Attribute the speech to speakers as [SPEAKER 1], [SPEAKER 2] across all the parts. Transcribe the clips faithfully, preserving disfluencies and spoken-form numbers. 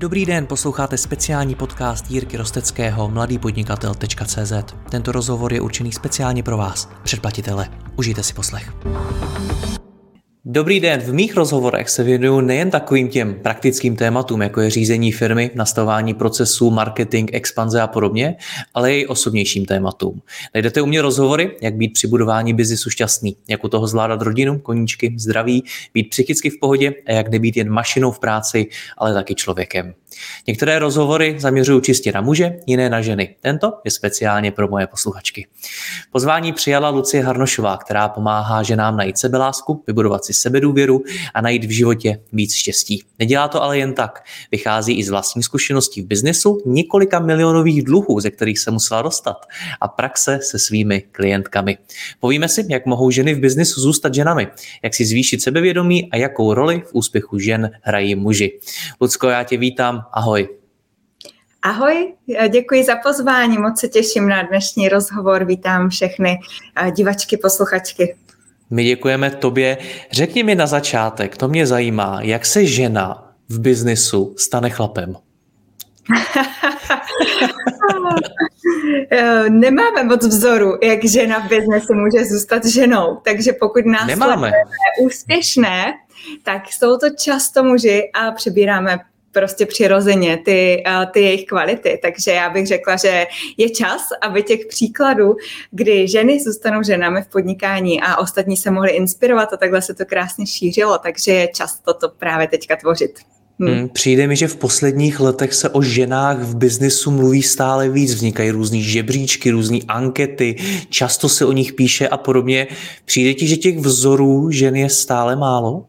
[SPEAKER 1] Dobrý den, posloucháte speciální podcast Jirky Rosteckého mladý podnikatel tečka cé zet. Tento rozhovor je určený speciálně pro vás, předplatitele. Užijte si poslech. Dobrý den, v mých rozhovorech se věnuju nejen takovým těm praktickým tématům, jako je řízení firmy, nastavování procesů, marketing, expanze a podobně, ale i osobnějším tématům. Najdete u mě rozhovory, jak být při budování biznisu šťastný, jak u toho zvládat rodinu, koníčky, zdraví, být psychicky v pohodě a jak nebýt jen mašinou v práci, ale taky člověkem. Některé rozhovory zaměřují čistě na muže, jiné na ženy. Tento je speciálně pro moje posluchačky. Pozvání přijala Lucie Harnošová, která pomáhá ženám najít sebelásku, vybudovat si sebedůvěru a najít v životě víc štěstí. Nedělá to ale jen tak. Vychází i z vlastních zkušeností v biznesu, několika milionových dluhů, ze kterých se musela dostat, a praxe se svými klientkami. Povíme si, jak mohou ženy v biznesu zůstat ženami, jak si zvýšit sebevědomí a jakou roli v úspěchu žen hrají muži. Lucko, já tě vítám. Ahoj.
[SPEAKER 2] Ahoj, děkuji za pozvání, moc se těším na dnešní rozhovor, vítám všechny divačky, posluchačky.
[SPEAKER 1] My děkujeme tobě. Řekni mi na začátek, to mě zajímá, jak se žena v biznisu stane chlapem?
[SPEAKER 2] Nemáme moc vzoru, jak žena v biznesu může zůstat ženou, takže pokud nás
[SPEAKER 1] Nemáme.
[SPEAKER 2] úspěšné, tak jsou to často muži a přebíráme prostě přirozeně ty, ty jejich kvality. Takže já bych řekla, že je čas, aby těch příkladů, kdy ženy zůstanou ženami v podnikání a ostatní se mohli inspirovat a takhle se to krásně šířilo, takže je čas toto právě teďka tvořit.
[SPEAKER 1] Hmm. Přijde mi, že v posledních letech se o ženách v biznisu mluví stále víc, vznikají různý žebříčky, různé ankety, často se o nich píše a podobně. Přijde ti, že těch vzorů žen je stále málo?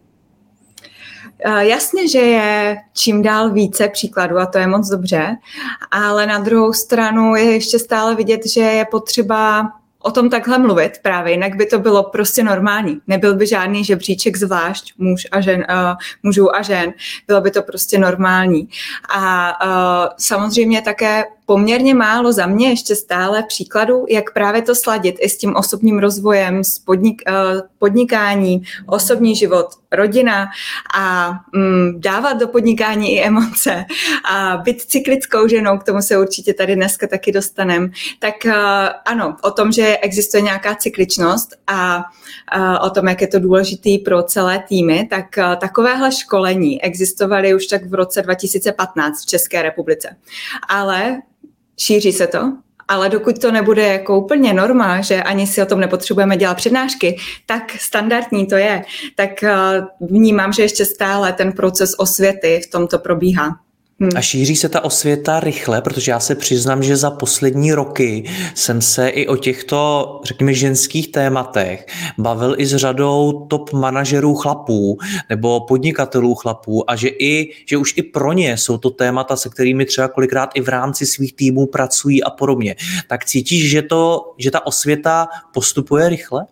[SPEAKER 2] Jasně, že je čím dál více příkladů a to je moc dobře, ale na druhou stranu je ještě stále vidět, že je potřeba o tom takhle mluvit právě, jinak by to bylo prostě normální. Nebyl by žádný žebříček zvlášť muž a žen, uh, mužů a žen, bylo by to prostě normální. A uh, samozřejmě také poměrně málo za mě ještě stále příkladů, jak právě to sladit i s tím osobním rozvojem, s podnik, uh, podnikání, osobní život, rodina a um, dávat do podnikání i emoce a být cyklickou ženou, k tomu se určitě tady dneska taky dostaneme. Tak uh, ano, o tom, že existuje nějaká cykličnost a uh, o tom, jak je to důležitý pro celé týmy, tak uh, takovéhle školení existovaly už tak v roce dva tisíce patnáct v České republice. Ale šíří se to, ale dokud to nebude jako úplně norma, že ani si o tom nepotřebujeme dělat přednášky, tak standardní to je, tak uh, vnímám, že ještě stále ten proces osvěty v tomto probíhá. Hmm.
[SPEAKER 1] A šíří se ta osvěta rychle, protože já se přiznám, že za poslední roky jsem se i o těchto, řekněme, ženských tématech bavil i s řadou top manažerů chlapů nebo podnikatelů chlapů a že, i, že už i pro ně jsou to témata, se kterými třeba kolikrát i v rámci svých týmů pracují a podobně. Tak cítíš, že, to, že ta osvěta postupuje rychle?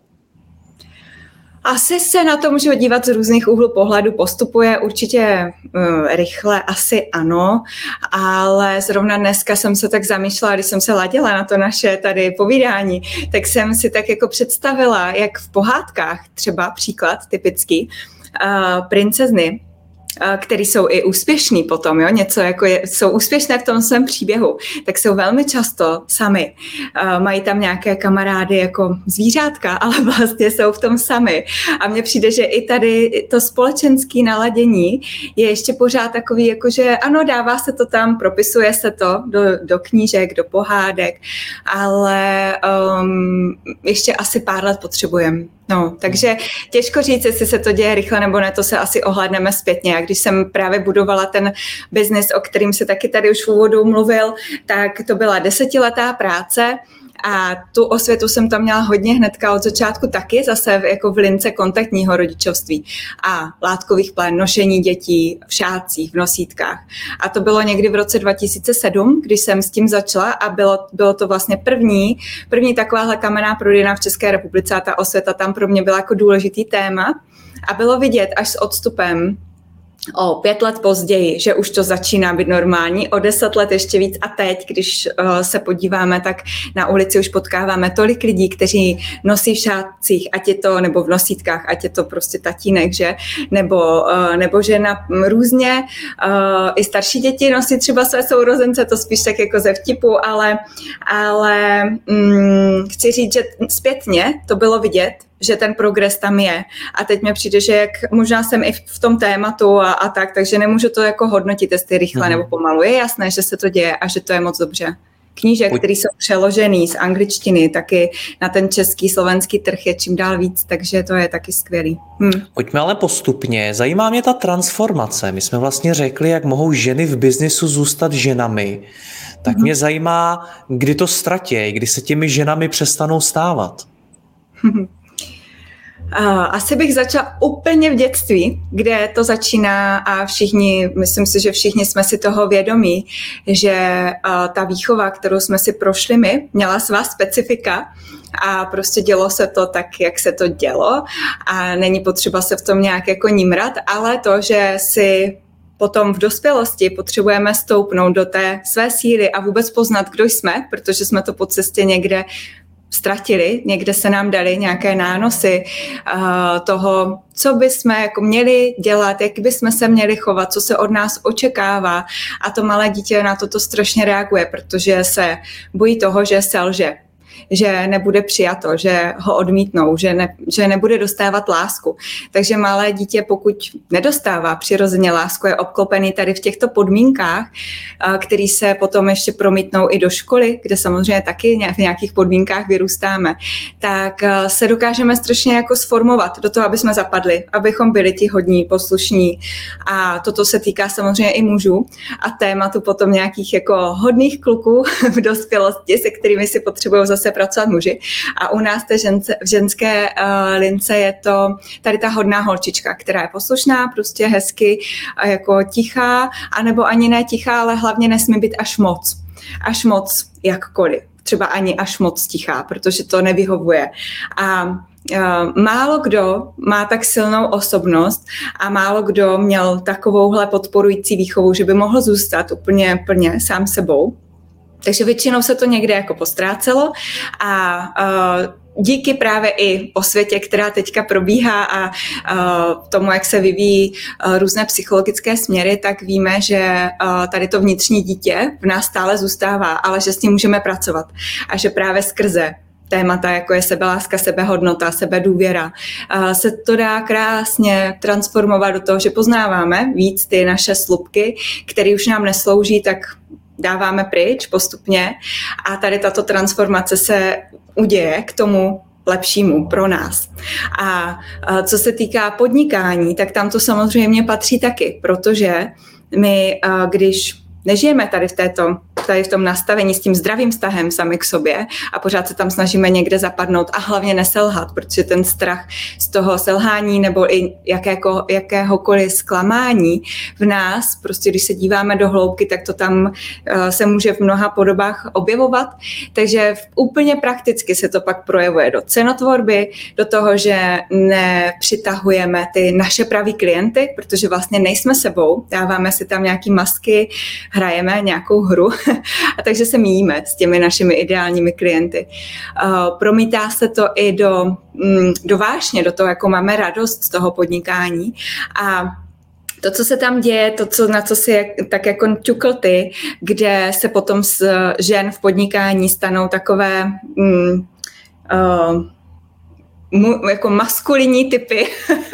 [SPEAKER 2] Asi se na to můžu dívat z různých úhlů pohledu, postupuje určitě uh, rychle, asi ano, ale zrovna dneska jsem se tak zamýšlela, když jsem se ladila na to naše tady povídání, tak jsem si tak jako představila, jak v pohádkách, třeba příklad typický, uh, princezny, který jsou i úspěšní potom, jo? Něco jako je, jsou úspěšné v tom svém příběhu, tak jsou velmi často sami. Uh, mají tam nějaké kamarády jako zvířátka, ale vlastně jsou v tom sami. A mně přijde, že i tady to společenské naladění je ještě pořád takový, jakože ano, dává se to tam, propisuje se to do, do knížek, do pohádek, ale um, ještě asi pár let potřebujeme. No, takže těžko říct, jestli se to děje rychle nebo ne, to se asi ohlédneme zpětně. A když jsem právě budovala ten biznis, o kterým se taky tady už v úvodu mluvil, tak to byla desetiletá práce a tu osvětu jsem tam měla hodně hnedka od začátku taky, zase jako v lince kontaktního rodičovství a látkových plén, nošení dětí v šátcích, v nosítkách. A to bylo někdy v roce dva tisíce sedm, když jsem s tím začala a bylo, bylo to vlastně první, první takováhle kamenná prodejna v České republice a ta osvěta tam pro mě byla jako důležitý téma a bylo vidět až s odstupem, o pět let později, že už to začíná být normální, o deset let ještě víc a teď, když uh, se podíváme, tak na ulici už potkáváme tolik lidí, kteří nosí v šátcích, ať je to, nebo v nosítkách, ať je to prostě tatínek, že, nebo, uh, nebo žena různě, uh, i starší děti nosí třeba své sourozence, to spíš tak jako ze vtipu, ale, ale um, chci říct, že zpětně to bylo vidět, že ten progres tam je. A teď mi přijde, že jak možná jsem i v tom tématu a, a tak, takže nemůžu to jako hodnotit, jestli rychle mm. nebo pomalu. Je jasné, že se to děje a že to je moc dobře. Knížek, Pojď. který jsou přeložený z angličtiny, taky na ten český, slovenský trh je čím dál víc, takže to je taky skvělý. Hm.
[SPEAKER 1] Pojďme ale postupně. Zajímá mě ta transformace. My jsme vlastně řekli, jak mohou ženy v biznisu zůstat ženami. Tak mm. mě zajímá, kdy to ztratí, kdy se těmi ženami přestanou stávat.
[SPEAKER 2] Asi bych začala úplně v dětství, kde to začíná a všichni, myslím si, že všichni jsme si toho vědomí, že ta výchova, kterou jsme si prošli my, měla svá specifika a prostě dělo se to tak, jak se to dělo a není potřeba se v tom nějak jako nímrat, ale to, že si potom v dospělosti potřebujeme stoupnout do té své síly a vůbec poznat, kdo jsme, protože jsme to po cestě někde ztratili, někde se nám dali nějaké nánosy uh, toho, co bychom jako měli dělat, jak bychom se měli chovat, co se od nás očekává a to malé dítě na toto strašně reaguje, protože se bojí toho, že selže, že nebude přijato, že ho odmítnou, že, ne, že nebude dostávat lásku. Takže malé dítě, pokud nedostává přirozeně lásku, je obklopený tady v těchto podmínkách, který se potom ještě promítnou i do školy, kde samozřejmě taky v nějakých podmínkách vyrůstáme, tak se dokážeme strašně jako sformovat do toho, aby jsme zapadli, abychom byli ti hodní, poslušní. A toto se týká samozřejmě i mužů a tématu potom nějakých jako hodných kluků v dospělosti, se kterými si potřebují zase pracovat muži. A u nás té žence, v ženské uh, lince je to tady ta hodná holčička, která je poslušná, prostě hezky uh, jako tichá, anebo ani ne tichá, ale hlavně nesmí být až moc. Až moc jakkoliv. Třeba ani až moc tichá, protože to nevyhovuje. A Uh, málo kdo má tak silnou osobnost a málo kdo měl takovouhle podporující výchovu, že by mohl zůstat úplně plně sám sebou. Takže většinou se to někde jako postrácelo a uh, díky právě i osvětě, která teďka probíhá a uh, tomu, jak se vyvíjí uh, různé psychologické směry, tak víme, že uh, tady to vnitřní dítě v nás stále zůstává, ale že s ním můžeme pracovat a že právě skrze témata, jako je sebeláska, sebehodnota, sebedůvěra, se to dá krásně transformovat do toho, že poznáváme víc ty naše slupky, které už nám neslouží, tak dáváme pryč postupně a tady tato transformace se uděje k tomu lepšímu pro nás. A co se týká podnikání, tak tam to samozřejmě patří taky, protože my, když nežijeme tady v této, tady v tom nastavení s tím zdravým vztahem sami k sobě a pořád se tam snažíme někde zapadnout a hlavně neselhat, protože ten strach z toho selhání nebo i jakéko, jakéhokoliv zklamání v nás, prostě když se díváme do hloubky, tak to tam uh, se může v mnoha podobách objevovat. Takže úplně prakticky se to pak projevuje do cenotvorby, do toho, že nepřitahujeme ty naše pravý klienty, protože vlastně nejsme sebou, dáváme si tam nějaký masky, hrajeme nějakou hru a takže se míjíme s těmi našimi ideálními klienty. Uh, promítá se to i do, mm, do vášně, do toho, jako máme radost z toho podnikání a to, co se tam děje, to, co, na co si tak jako ťukl ty, kde se potom z žen v podnikání stanou takové mm, uh, Mu, jako maskulinní typy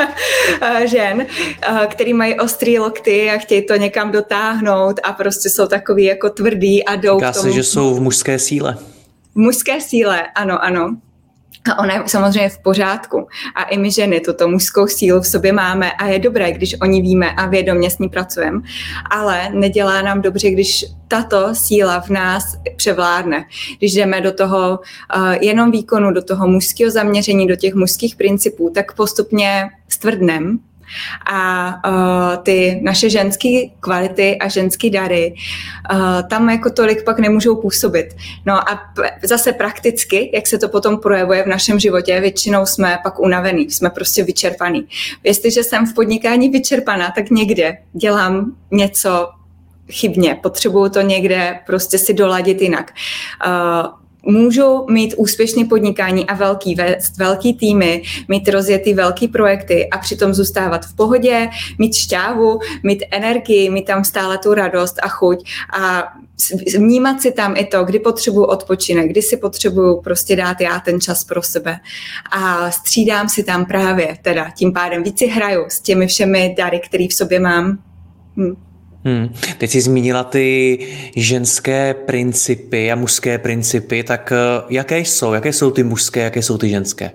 [SPEAKER 2] žen, který mají ostrý lokty a chtějí to někam dotáhnout a prostě jsou takový jako tvrdý a jdou
[SPEAKER 1] Říká
[SPEAKER 2] k tomu.
[SPEAKER 1] se, že jsou v mužské síle.
[SPEAKER 2] V mužské síle, ano, ano. A ona je samozřejmě v pořádku. A i my ženy tuto mužskou sílu v sobě máme a je dobré, když o ní víme a vědomě s ní pracujeme. Ale nedělá nám dobře, když tato síla v nás převládne. Když jdeme do toho uh, jenom výkonu, do toho mužského zaměření, do těch mužských principů, tak postupně stvrdnem a uh, ty naše ženské kvality a ženské dary uh, tam jako tolik pak nemůžou působit. No a p- zase prakticky, jak se to potom projevuje v našem životě, většinou jsme pak unavený, jsme prostě vyčerpaný. Jestliže jsem v podnikání vyčerpaná, tak někde dělám něco chybně, potřebuju to někde prostě si doladit jinak. Uh, Můžu mít úspěšné podnikání a velký, vést velký týmy, mít rozjetý velký projekty a přitom zůstávat v pohodě, mít šťávu, mít energii, mít tam stále tu radost a chuť a vnímat si tam i to, kdy potřebuju odpočinek, kdy si potřebuju prostě dát já ten čas pro sebe a střídám si tam právě, teda tím pádem víc si hraju s těmi všemi dary, které v sobě mám. Hm.
[SPEAKER 1] Hmm. Teď jsi zmínila ty ženské principy a mužské principy, tak jaké jsou? Jaké jsou ty mužské, jaké jsou ty ženské?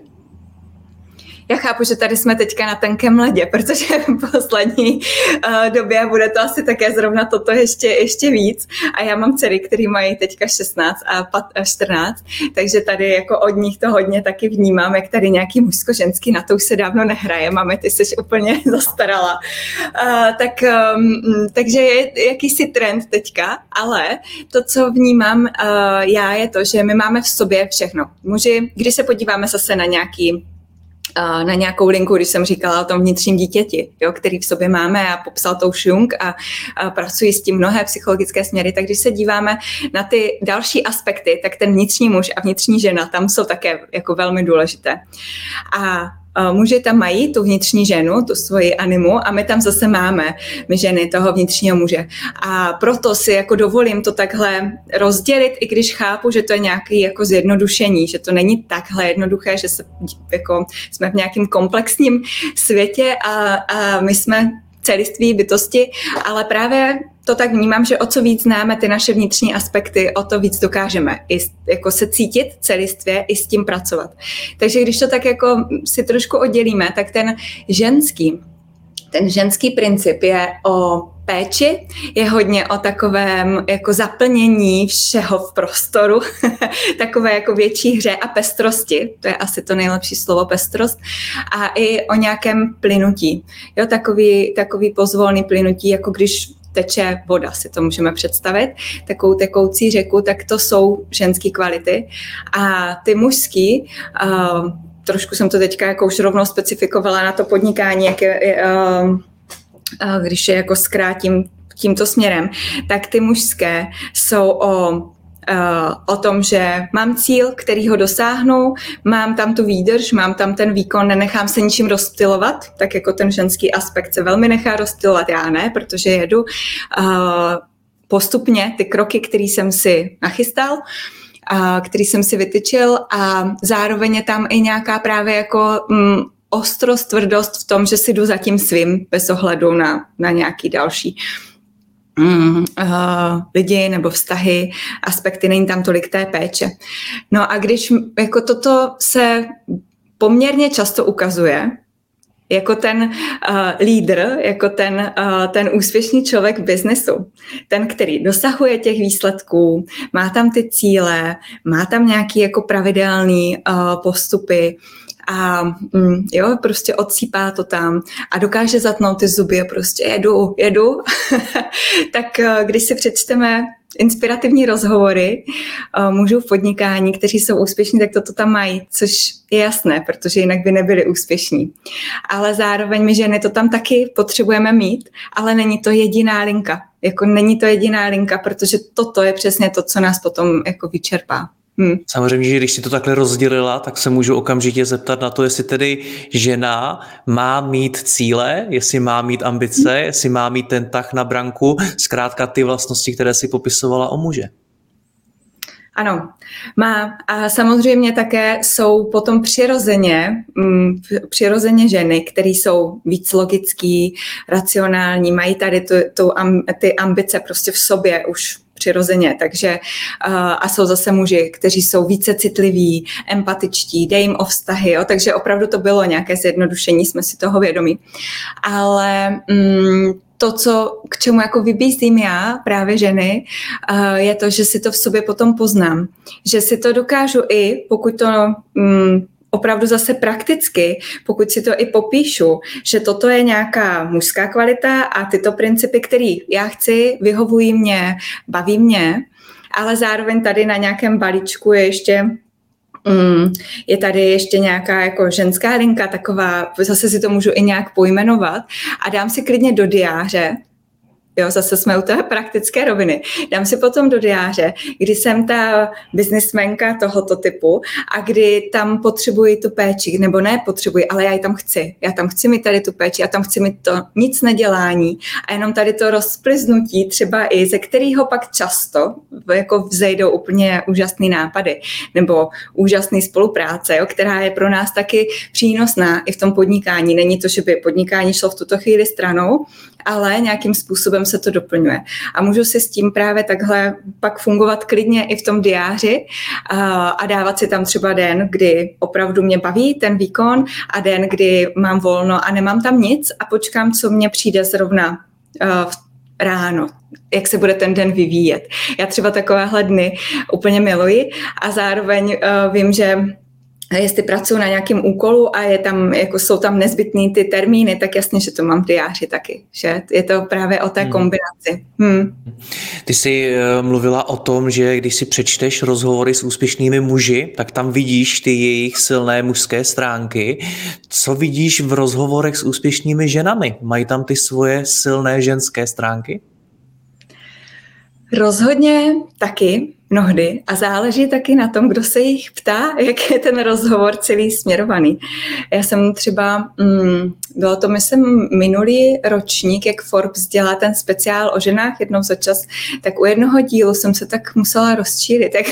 [SPEAKER 2] Já chápu, že tady jsme teďka na tenkém ledě, protože v poslední uh, době bude to asi také zrovna toto ještě, ještě víc. A já mám dcery, který mají teďka šestnáct a čtrnáct, takže tady jako od nich to hodně taky vnímám, jak tady nějaký mužsko-ženský, na to už se dávno nehraje. Máme, ty jsi úplně zastarala. Uh, tak, um, takže je jakýsi trend teďka, ale to, co vnímám uh, já, je to, že my máme v sobě všechno. Muži, když se podíváme zase na nějaký na nějakou linku, když jsem říkala o tom vnitřním dítěti, jo, který v sobě máme a popsal to už Jung a, a pracují s tím mnohé psychologické směry, tak když se díváme na ty další aspekty, tak ten vnitřní muž a vnitřní žena tam jsou také jako velmi důležité. A muži tam mají tu vnitřní ženu, tu svoji animu a my tam zase máme, my ženy, toho vnitřního muže. A proto si jako dovolím to takhle rozdělit, i když chápu, že to je nějaké jako zjednodušení, že to není takhle jednoduché, že se, jako, jsme v nějakém komplexním světě a, a my jsme celiství bytosti, ale právě to tak vnímám, že o co víc známe ty naše vnitřní aspekty, o to víc dokážeme i jako se cítit celistvě i s tím pracovat. Takže když to tak jako si trošku oddělíme, tak ten ženský, ten ženský princip je o péči, je hodně o takovém jako zaplnění všeho v prostoru, takové jako větší hře a pestrosti, to je asi to nejlepší slovo, pestrost, a i o nějakém plynutí. Jo, takový, takový pozvolný plynutí, jako když teče voda, si to můžeme představit, takovou tekoucí řeku, tak to jsou ženské kvality. A ty mužský, uh, trošku jsem to teďka jako už rovnou specifikovala na to podnikání, jak je, uh, uh, když je jako zkrátím tímto směrem, tak ty mužské jsou o Uh, o tom, že mám cíl, který ho dosáhnu, mám tam tu výdrž, mám tam ten výkon, nenechám se ničím rozptylovat, tak jako ten ženský aspekt se velmi nechá rozptylovat, já ne, protože jedu uh, postupně ty kroky, které jsem si nachystal, uh, který jsem si vytyčil a zároveň je tam i nějaká právě jako um, ostrost, tvrdost v tom, že si jdu za tím svým bez ohledu na, na nějaký další Mm, uh, lidi nebo vztahy, aspekty, není tam tolik té péče. No a když jako toto se poměrně často ukazuje, jako ten uh, lídr, jako ten, uh, ten úspěšný člověk v biznesu, ten, který dosahuje těch výsledků, má tam ty cíle, má tam nějaký jako pravidelný uh, postupy, a mm, jo, prostě odsýpá to tam a dokáže zatnout ty zuby a prostě jedu, jedu. Tak když si přečteme inspirativní rozhovory uh, mužů v podnikání, kteří jsou úspěšní, tak toto tam mají, což je jasné, protože jinak by nebyli úspěšní. Ale zároveň my ženy to tam taky potřebujeme mít, ale není to jediná linka. Jako není to jediná linka, protože toto je přesně to, co nás potom jako vyčerpá. Hmm.
[SPEAKER 1] Samozřejmě, že když si to takhle rozdělila, tak se můžu okamžitě zeptat na to, jestli tedy žena má mít cíle, jestli má mít ambice, hmm. jestli má mít ten tah na branku, zkrátka ty vlastnosti, které si popisovala o muže.
[SPEAKER 2] Ano, má. A samozřejmě také jsou potom přirozeně, mm, přirozeně ženy, které jsou víc logický, racionální, mají tady tu, tu, ty ambice prostě v sobě už přirozeně, takže uh, a jsou zase muži, kteří jsou více citliví, empatičtí, dej jim o vztahy, jo, takže opravdu to bylo nějaké zjednodušení, jsme si toho vědomí. Ale mm, to, co, k čemu jako vybízím já, právě ženy, uh, je to, že si to v sobě potom poznám. Že si to dokážu i, pokud to um, opravdu zase prakticky, pokud si to i popíšu, že toto je nějaká mužská kvalita a tyto principy, které já chci, vyhovují mě, baví mě, ale zároveň tady na nějakém balíčku je ještě mm, je tady ještě nějaká jako ženská linka, taková, zase si to můžu i nějak pojmenovat a dám si klidně do diáře. Jo, zase jsme u té praktické roviny. Dám si potom do diáře, kdy jsem ta biznismenka tohoto typu a kdy tam potřebuji tu péči, nebo ne potřebuji, ale já ji tam chci. Já tam chci mít tady tu péči, já tam chci mít to nic nedělání a jenom tady to rozplyznutí třeba i, ze kterého pak často jako vzejdou úplně úžasný nápady nebo úžasný spolupráce, jo, která je pro nás taky přínosná i v tom podnikání. Není to, že by podnikání šlo v tuto chvíli stranou, ale nějakým způsobem se to doplňuje. A můžu si s tím právě takhle pak fungovat klidně i v tom diáři a, a dávat si tam třeba den, kdy opravdu mě baví ten výkon a den, kdy mám volno a nemám tam nic a počkám, co mě přijde zrovna uh, ráno, jak se bude ten den vyvíjet. Já třeba takovéhle dny úplně miluji a zároveň uh, vím, že jestli pracuji na nějakém úkolu a je tam, jako jsou tam nezbytný ty termíny, tak jasně, že to mám v diáři taky. Že je to právě o té kombinaci. Hmm.
[SPEAKER 1] Ty jsi mluvila o tom, že když si přečteš rozhovory s úspěšnými muži, tak tam vidíš ty jejich silné mužské stránky. Co vidíš v rozhovorech s úspěšnými ženami? Mají tam ty svoje silné ženské stránky?
[SPEAKER 2] Rozhodně taky. Mnohdy a záleží taky na tom, kdo se jich ptá, jak je ten rozhovor celý směrovaný. Já jsem třeba, mm, bylo to myslím minulý ročník, jak Forbes dělá ten speciál o ženách jednou za čas, tak u jednoho dílu jsem se tak musela rozčílit. Tak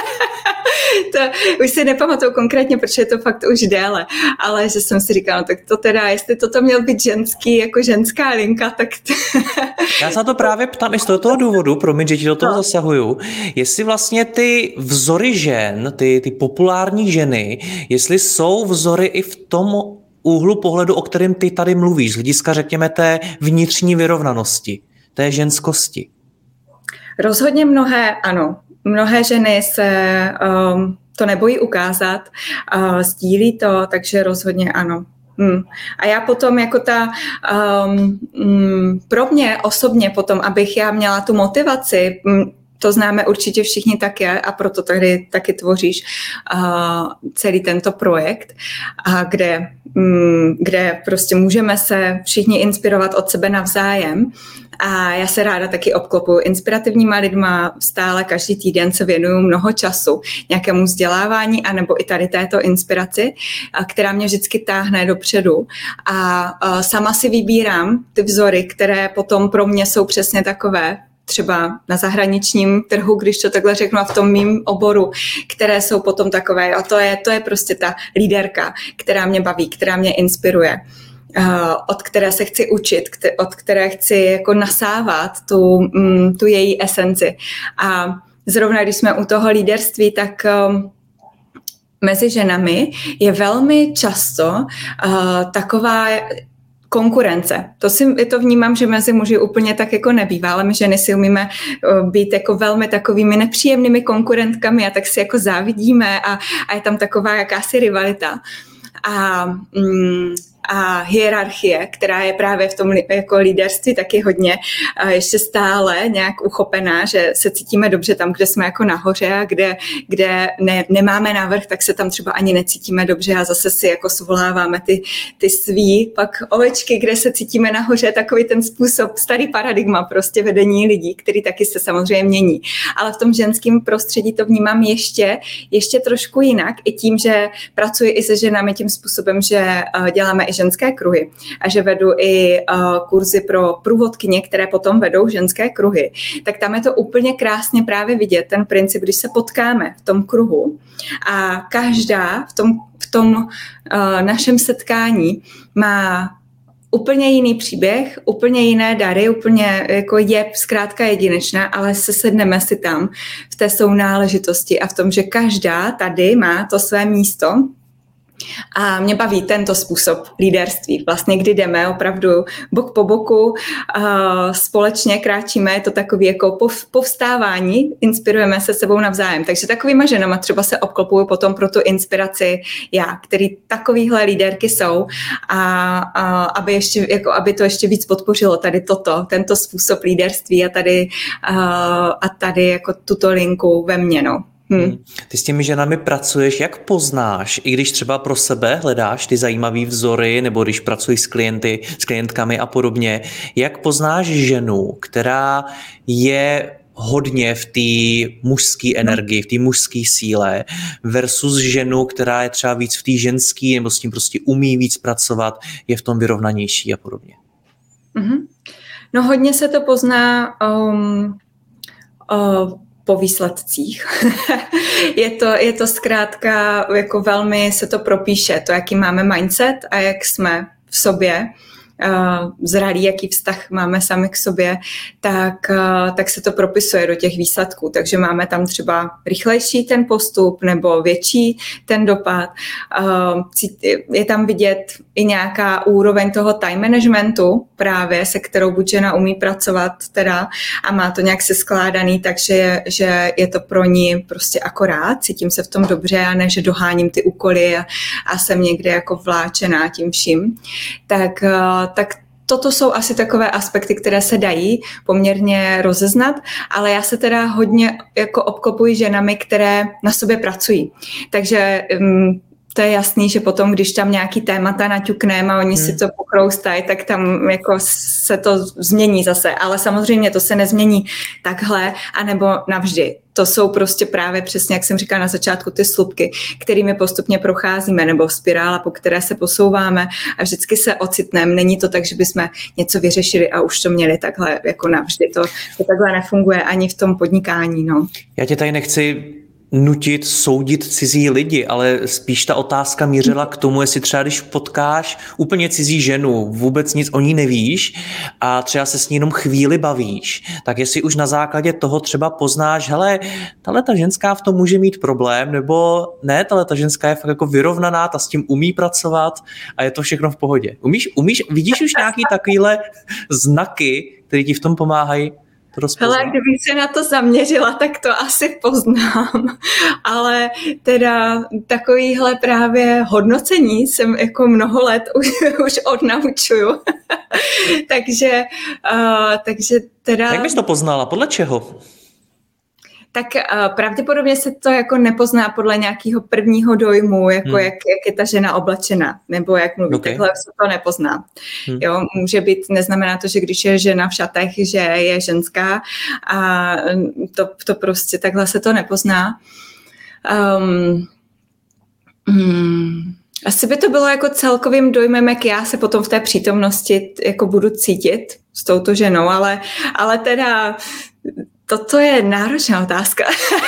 [SPEAKER 2] to už si nepamatuju konkrétně, protože je to fakt už déle, ale že jsem si říkala, no, tak to teda, jestli toto měl být ženský, jako ženská linka, tak... To...
[SPEAKER 1] Já se to právě ptám i z toho důvodu, promiň, že ti do toho no. zasahuju, jestli vlastně ty vzory žen, ty, ty populární ženy, jestli jsou vzory i v tom úhlu pohledu, o kterém ty tady mluvíš, z hlediska, řekněme, té vnitřní vyrovnanosti, té ženskosti.
[SPEAKER 2] Rozhodně mnohé, ano. Mnohé ženy se um, to nebojí ukázat, uh, sdílí to, takže rozhodně ano. Hmm. A já potom jako ta, um, um, pro mě osobně potom, abych já měla tu motivaci, um, to známe určitě všichni také a proto tady taky tvoříš uh, celý tento projekt, a kde, um, kde prostě můžeme se všichni inspirovat od sebe navzájem. A já se ráda taky obklopuju inspirativníma lidma, stále každý týden se věnuju mnoho času nějakému vzdělávání anebo i tady této inspiraci, která mě vždycky táhne dopředu. A sama si vybírám ty vzory, které potom pro mě jsou přesně takové, třeba na zahraničním trhu, když to takhle řeknu, a v tom mým oboru, které jsou potom takové. A to je, to je prostě ta líderka, která mě baví, která mě inspiruje. Uh, od které se chci učit, kte- od které chci jako nasávat tu, um, tu její esenci. A zrovna když jsme u toho líderství, tak um, mezi ženami je velmi často uh, taková konkurence. To si to vnímám, že mezi muži úplně tak jako nebývá, ale my ženy si umíme být jako velmi takovými nepříjemnými konkurentkami a tak si jako závidíme a, a je tam taková jakási rivalita. A mm, a hierarchie, která je právě v tom jako líderství taky hodně ještě stále nějak uchopená, že se cítíme dobře tam, kde jsme jako nahoře a kde, kde ne, nemáme návrh, tak se tam třeba ani necítíme dobře a zase si jako svoláváme ty, ty svý pak ovečky, kde se cítíme nahoře, takový ten způsob, starý paradigma prostě vedení lidí, který taky se samozřejmě mění. Ale v tom ženském prostředí to vnímám ještě, ještě trošku jinak, i tím, že pracuji i se ženami tím způsobem, že děláme i ženské kruhy a že vedu i uh, kurzy pro průvodkyně, které potom vedou ženské kruhy, tak tam je to úplně krásně právě vidět, ten princip, když se potkáme v tom kruhu a každá v tom, v tom uh, našem setkání má úplně jiný příběh, úplně jiné dary, úplně jako je zkrátka jedinečná, ale sesedneme si tam v té sounáležitosti a v tom, že každá tady má to své místo A mě baví tento způsob líderství, vlastně kdy jdeme opravdu bok po boku, společně kráčíme, je to takový jako povstávání, inspirujeme se sebou navzájem. Takže takovýma ženama třeba se obklopuju potom pro tu inspiraci já, který takovýhle líderky jsou a, a aby, ještě, jako, aby to ještě víc podpořilo tady toto, tento způsob líderství a tady, a, a tady jako tuto linku ve mně, no. Hmm.
[SPEAKER 1] Ty s těmi ženami pracuješ, jak poznáš, i když třeba pro sebe hledáš ty zajímavý vzory, nebo když pracuješ s klienty, s klientkami a podobně, jak poznáš ženu, která je hodně v té mužské energii, v té mužské síle versus ženu, která je třeba víc v té ženské, nebo s tím prostě umí víc pracovat, je v tom vyrovnanější a podobně?
[SPEAKER 2] Mm-hmm. No hodně se to pozná um, uh, po výsledcích. je, to, je to zkrátka, jako velmi se to propíše, to, jaký máme mindset a jak jsme v sobě, uh, zralí, jaký vztah máme sami k sobě, tak, uh, tak se to propisuje do těch výsledků. Takže máme tam třeba rychlejší ten postup nebo větší ten dopad. Uh, je tam vidět i nějaká úroveň toho time managementu právě, se kterou buď žena umí pracovat teda a má to nějak se skládaný, takže je, že je to pro ní prostě akorát, cítím se v tom dobře a ne, že doháním ty úkoly a, a jsem někde jako vláčená tím vším. Tak, tak toto jsou asi takové aspekty, které se dají poměrně rozeznat, ale já se teda hodně jako obklopuji ženami, které na sobě pracují. Takže um, to je jasný, že potom, když tam nějaký témata naťukneme a oni hmm. si to pokroustají, tak tam jako se to změní zase. Ale samozřejmě to se nezmění takhle, anebo navždy. To jsou prostě právě přesně, jak jsem říkala na začátku, ty slupky, kterými postupně procházíme, nebo spirála, po které se posouváme a vždycky se ocitneme. Není to tak, že bychom něco vyřešili a už to měli takhle jako navždy. To, to takhle nefunguje ani v tom podnikání. No.
[SPEAKER 1] Já tě tady nechci nutit soudit cizí lidi, ale spíš ta otázka mířila k tomu, jestli třeba když potkáš úplně cizí ženu, vůbec nic o ní nevíš a třeba se s ní jenom chvíli bavíš, tak jestli už na základě toho třeba poznáš, hele, tahle ta ženská v tom může mít problém, nebo ne, tahle ta ženská je fakt jako vyrovnaná, ta s tím umí pracovat a je to všechno v pohodě. Umíš, umíš, vidíš už nějaký takovýhle znaky, které ti v tom pomáhají?
[SPEAKER 2] Hele, kdybych se na to zaměřila, tak to asi poznám, ale teda takovýhle právě hodnocení jsem jako mnoho let už, už odnaučuju. takže, uh, takže teda...
[SPEAKER 1] Jak bys to poznala? Podle čeho?
[SPEAKER 2] Tak uh, pravděpodobně se to jako nepozná podle nějakého prvního dojmu, jako hmm. jak, jak je ta žena oblečená, nebo jak mluví, okay. Takhle se to nepozná. Hmm. Jo, může být, neznamená to, že když je žena v šatech, že je ženská a to, to prostě takhle se to nepozná. Um, hmm. Asi by to bylo jako celkovým dojmem, jak já se potom v té přítomnosti jako budu cítit s touto ženou, ale, ale teda toto je náročná otázka.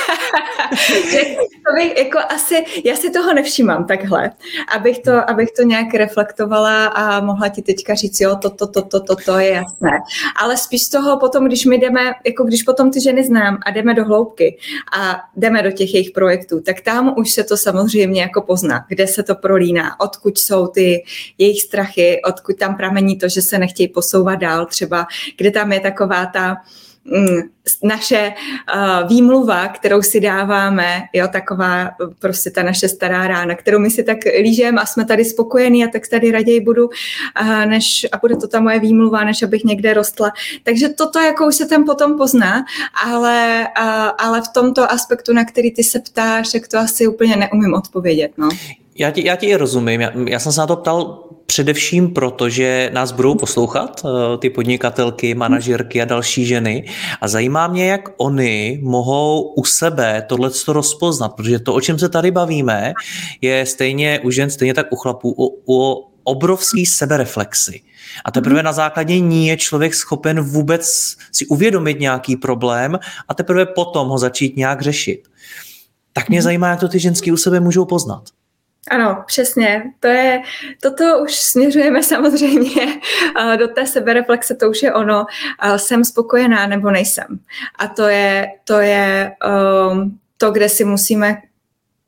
[SPEAKER 2] to bych jako asi, já si toho nevšímám takhle, abych to, abych to nějak reflektovala a mohla ti teďka říct, jo, toto, toto, toto, to je jasné. Ale spíš z toho potom, když my jdeme, jako když potom ty ženy znám a jdeme do hloubky a jdeme do těch jejich projektů, tak tam už se to samozřejmě jako pozná, kde se to prolíná, odkud jsou ty jejich strachy, odkud tam pramení to, že se nechtějí posouvat dál třeba, kde tam je taková ta naše uh, výmluva, kterou si dáváme, jo, taková prostě ta naše stará rána, kterou my si tak lížeme a jsme tady spokojení a tak tady raději budu, uh, než, a bude to ta moje výmluva, než abych někde rostla. Takže toto jako už se tam potom pozná, ale, uh, ale v tomto aspektu, na který ty se ptáš, tak to asi úplně neumím odpovědět. No.
[SPEAKER 1] Já ti, já ti i rozumím. Já, já jsem se na to ptal především proto, že nás budou poslouchat ty podnikatelky, manažerky a další ženy a zajímá mě, jak oni mohou u sebe tohleto rozpoznat, protože to, o čem se tady bavíme, je stejně u žen, stejně tak u chlapů, o, o obrovský sebereflexy. A teprve na základě ní je člověk schopen vůbec si uvědomit nějaký problém a teprve potom ho začít nějak řešit. Tak mě zajímá, jak to ty ženský u sebe můžou poznat.
[SPEAKER 2] Ano, přesně. To je, toto už směřujeme samozřejmě do té sebereflexe, to už je ono. Jsem spokojená nebo nejsem. A to je to, je, um, to kde si musíme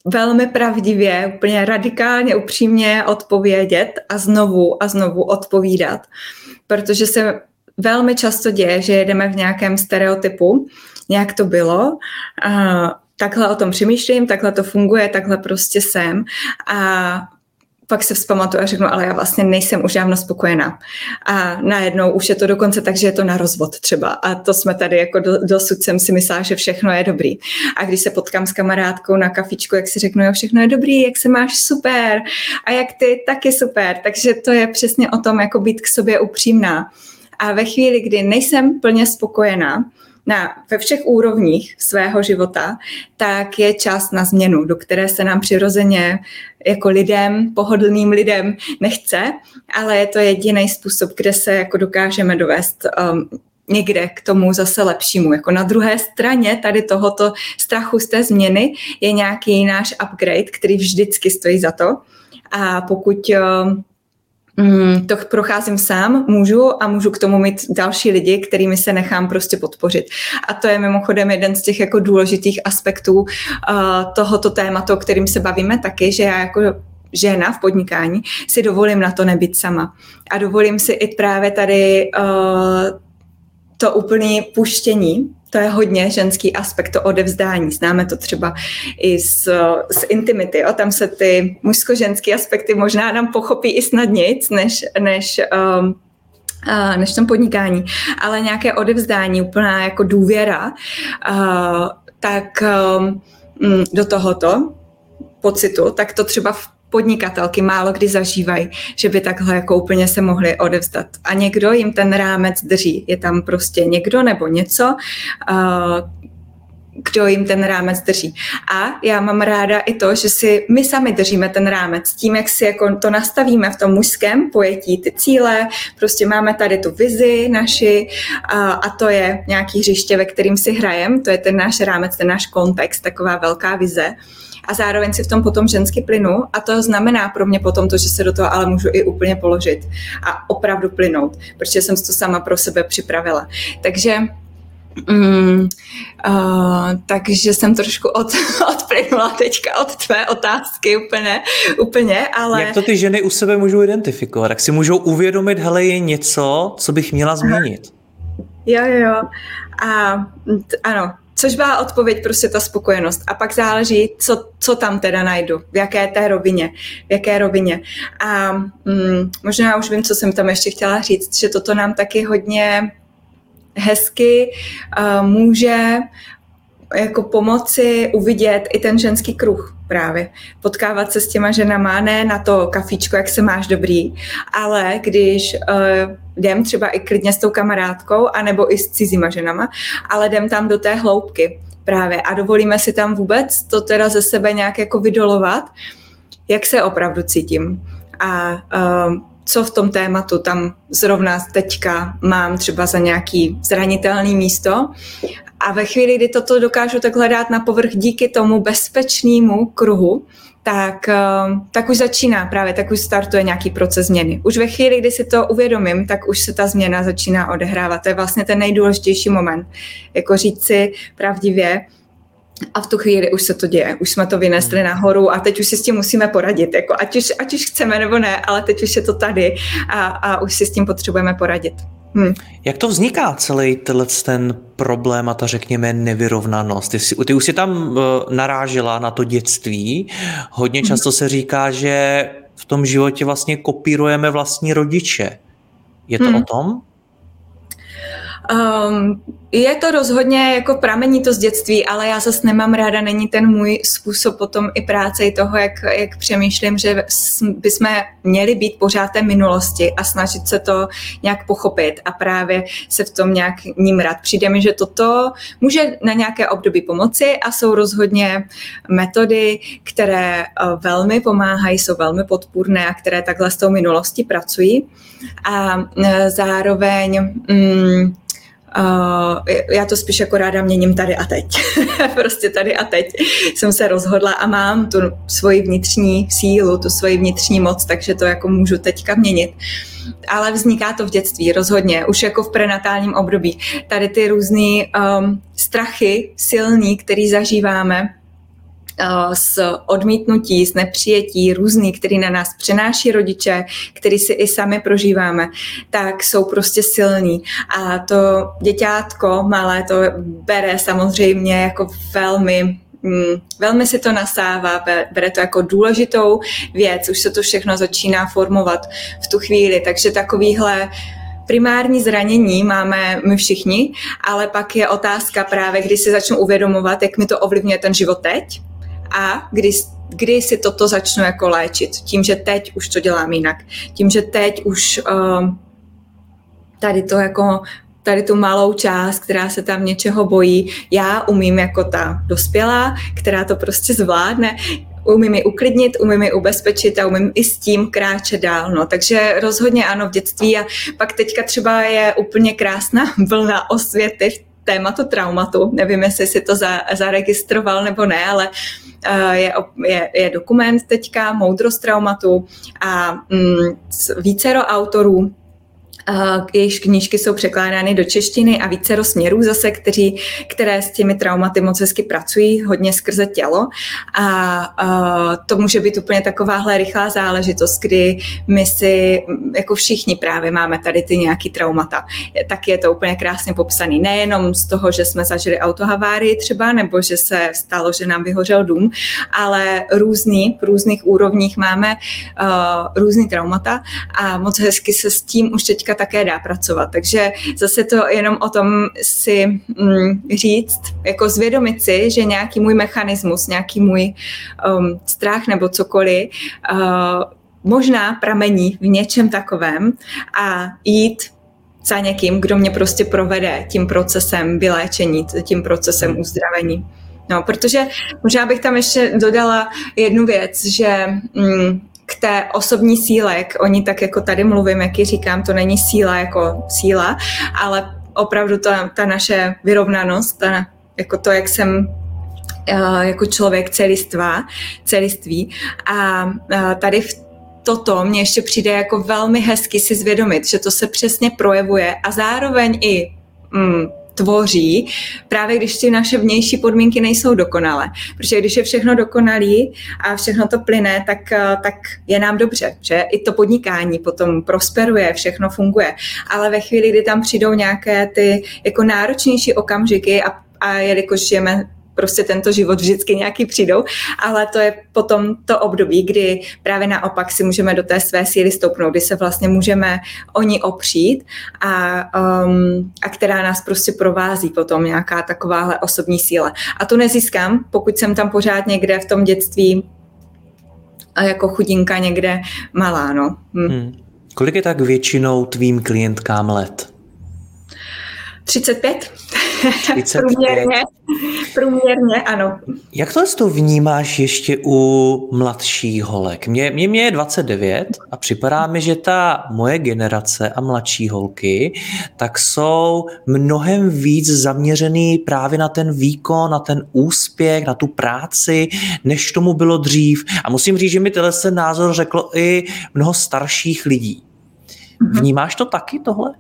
[SPEAKER 2] velmi pravdivě, úplně radikálně, upřímně odpovědět a znovu a znovu odpovídat, protože se velmi často děje, že jedeme v nějakém stereotypu, nějak to bylo, a takhle o tom přemýšlím, takhle to funguje, takhle prostě jsem a pak se vzpamatuju a řeknu, ale já vlastně nejsem už dávno spokojená. A najednou už je to dokonce tak, že je to na rozvod třeba. A to jsme tady jako do, dosud jsem si myslela, že všechno je dobrý. A když se potkám s kamarádkou na kafičku, jak si řeknu, jo, všechno je dobrý, jak se máš, super. A jak ty, taky super. Takže to je přesně o tom, jako být k sobě upřímná. A ve chvíli, kdy nejsem plně spokojená, Na, ve všech úrovních svého života, tak je čas na změnu, do které se nám přirozeně jako lidem, pohodlným lidem nechce, ale je to jediný způsob, kde se jako dokážeme dovést um, někde k tomu zase lepšímu. Jako na druhé straně tady tohoto strachu z té změny je nějaký náš upgrade, který vždycky stojí za to. A pokud um, to procházím sám, můžu a můžu k tomu mít další lidi, kterými se nechám prostě podpořit. A to je mimochodem jeden z těch jako důležitých aspektů uh, tohoto tématu, o kterým se bavíme taky, že já jako žena v podnikání si dovolím na to nebýt sama. A dovolím si i právě tady uh, to úplné puštění. To je hodně ženský aspekt, to odevzdání. Známe to třeba i z, z intimity. Jo? Tam se ty mužsko-ženský aspekty možná nám pochopí i snadnějc, než, než, um, uh, než v tom podnikání. Ale nějaké odevzdání, úplná jako důvěra, uh, tak um, do tohoto pocitu, tak to třeba v podnikatelky málo kdy zažívají, že by takhle jako úplně se mohli odevzdat. A někdo jim ten rámec drží. Je tam prostě někdo nebo něco, uh, kdo jim ten rámec drží. A já mám ráda i to, že si my sami držíme ten rámec. Tím, jak si jako to nastavíme v tom mužském pojetí, ty cíle, prostě máme tady tu vizi naši a, a to je nějaký hřiště, ve kterým si hrajem, to je ten náš rámec, ten náš kontext, taková velká vize. A zároveň si v tom potom žensky plynu a to znamená pro mě potom to, že se do toho ale můžu i úplně položit a opravdu plynout, protože jsem si to sama pro sebe připravila. Takže Mm, uh, takže jsem trošku od, odplynula teďka od tvé otázky úplně, úplně, ale...
[SPEAKER 1] Jak to ty ženy u sebe můžou identifikovat? Jak si můžou uvědomit, hele, je něco, co bych měla změnit?
[SPEAKER 2] Jo, jo, jo. A t- ano, což byla odpověď, prostě ta spokojenost. A pak záleží, co, co tam teda najdu, v jaké té rovině, v jaké rovině. A mm, možná už vím, co jsem tam ještě chtěla říct, že toto nám taky hodně hezky uh, může jako pomoci uvidět i ten ženský kruh právě. Potkávat se s těma ženama, ne na to kafíčko, jak se máš dobrý, ale když uh, jdem třeba i klidně s tou kamarádkou, anebo i s cizíma ženama, ale jdem tam do té hloubky právě a dovolíme si tam vůbec to teda ze sebe nějak jako vydolovat, jak se opravdu cítím. A uh, co v tom tématu tam zrovna teďka mám třeba za nějaký zranitelný místo. A ve chvíli, kdy toto dokážu takhle dát na povrch díky tomu bezpečnému kruhu, tak, tak už začíná právě, tak už startuje nějaký proces změny. Už ve chvíli, kdy si to uvědomím, tak už se ta změna začíná odehrávat. To je vlastně ten nejdůležitější moment. Jako říct si pravdivě, a v tu chvíli už se to děje, už jsme to vynesli nahoru a teď už si s tím musíme poradit, jako ať, už, ať už chceme nebo ne, ale teď už je to tady a, a už si s tím potřebujeme poradit. Hm.
[SPEAKER 1] Jak to vzniká celý ten problém a ta řekněme nevyrovnanost? Ty, ty už si tam uh, narážela na to dětství, hodně často se říká, že v tom životě vlastně kopírujeme vlastní rodiče. Je to hm. o tom?
[SPEAKER 2] Um, je to rozhodně jako pramení to z dětství, ale já zase nemám ráda, není ten můj způsob potom i práce i toho, jak, jak přemýšlím, že bychom měli být pořád té minulosti a snažit se to nějak pochopit a právě se v tom nějak nímrat. Přijde mi, že toto může na nějaké období pomoci a jsou rozhodně metody, které velmi pomáhají, jsou velmi podpůrné a které takhle s tou minulostí pracují. A zároveň mm, Uh, já to spíš jako ráda měním tady a teď. Prostě tady a teď jsem se rozhodla a mám tu svoji vnitřní sílu, tu svoji vnitřní moc, takže to jako můžu teďka měnit. Ale vzniká to v dětství rozhodně, už jako v prenatálním období. Tady ty různý um, strachy silný, který zažíváme, z odmítnutí, z nepřijetí různý, který na nás přenáší rodiče, který si i sami prožíváme, tak jsou prostě silní. A to děťátko malé to bere samozřejmě jako velmi Mm, velmi si to nasává, bere to jako důležitou věc, už se to všechno začíná formovat v tu chvíli, takže takovýhle primární zranění máme my všichni, ale pak je otázka právě, kdy si začnu uvědomovat, jak mi to ovlivňuje ten život teď a kdy, kdy si toto začnu jako léčit, tím, že teď už to dělám jinak, tím, že teď už uh, tady to jako tady tu malou část, která se tam něčeho bojí, já umím jako ta dospělá, která to prostě zvládne, umím ji uklidnit, umím ji ubezpečit a umím i s tím kráčet dál. No. Takže rozhodně ano v dětství a pak teďka třeba je úplně krásná vlna osvěty v tématu traumatu. Nevím, jestli si to za, zaregistroval nebo ne, ale uh, je, je, je dokument teďka Moudrost traumatu a mm, vícero autorů, jejichž knížky jsou překládány do češtiny a vícero směrů zase, kteří, které s těmi traumaty moc hezky pracují, hodně skrze tělo. A, a to může být úplně takováhle rychlá záležitost, kdy my si, jako všichni právě máme tady ty nějaký traumata. Tak je to úplně krásně popsaný. Nejenom z toho, že jsme zažili autohavárii třeba, nebo že se stalo, že nám vyhořel dům, ale různý, v různých úrovních máme uh, různý traumata a moc hezky se s tím už teďka také dá pracovat. Takže zase to jenom o tom si mm, říct, jako zvědomit si, že nějaký můj mechanismus, nějaký můj um, strach nebo cokoliv uh, možná pramení v něčem takovém a jít za někým, kdo mě prostě provede tím procesem vyléčení, tím procesem uzdravení. No, protože možná bych tam ještě dodala jednu věc, že mm, k té osobní síle, jak oni tak jako tady mluvím, jak ji říkám, to není síla jako síla, ale opravdu ta, ta naše vyrovnanost, ta, jako to, jak jsem uh, jako člověk celistvá, celiství a uh, tady v toto mně ještě přijde jako velmi hezky si zvědomit, že to se přesně projevuje a zároveň i mm, tvoří, právě když ty naše vnější podmínky nejsou dokonalé. Protože když je všechno dokonalý a všechno to plyne, tak, tak je nám dobře, že i to podnikání potom prosperuje, všechno funguje. Ale ve chvíli, kdy tam přijdou nějaké ty jako náročnější okamžiky a, a jelikož žijeme prostě tento život vždycky nějaký přijdou, ale to je potom to období, kdy právě naopak si můžeme do té své síly stoupnout, kdy se vlastně můžeme o ní opřít a, um, a která nás prostě provází potom nějaká takováhle osobní síla. A to nezískám, pokud jsem tam pořád někde v tom dětství a jako chudinka někde malá, no. Hm.
[SPEAKER 1] Hmm. Kolik je tak většinou tvým klientkám let?
[SPEAKER 2] třicet pět.
[SPEAKER 1] třicet pět.
[SPEAKER 2] Průměrně. Průměrně, ano.
[SPEAKER 1] Jak tohle to vnímáš ještě u mladších holek? Mně, mě, mě je dvacet devět a připadá mi, že ta moje generace a mladší holky tak jsou mnohem víc zaměřený právě na ten výkon, na ten úspěch, na tu práci, než tomu bylo dřív. A musím říct, že mi tenhle ten názor řeklo i mnoho starších lidí. Vnímáš to taky tohle?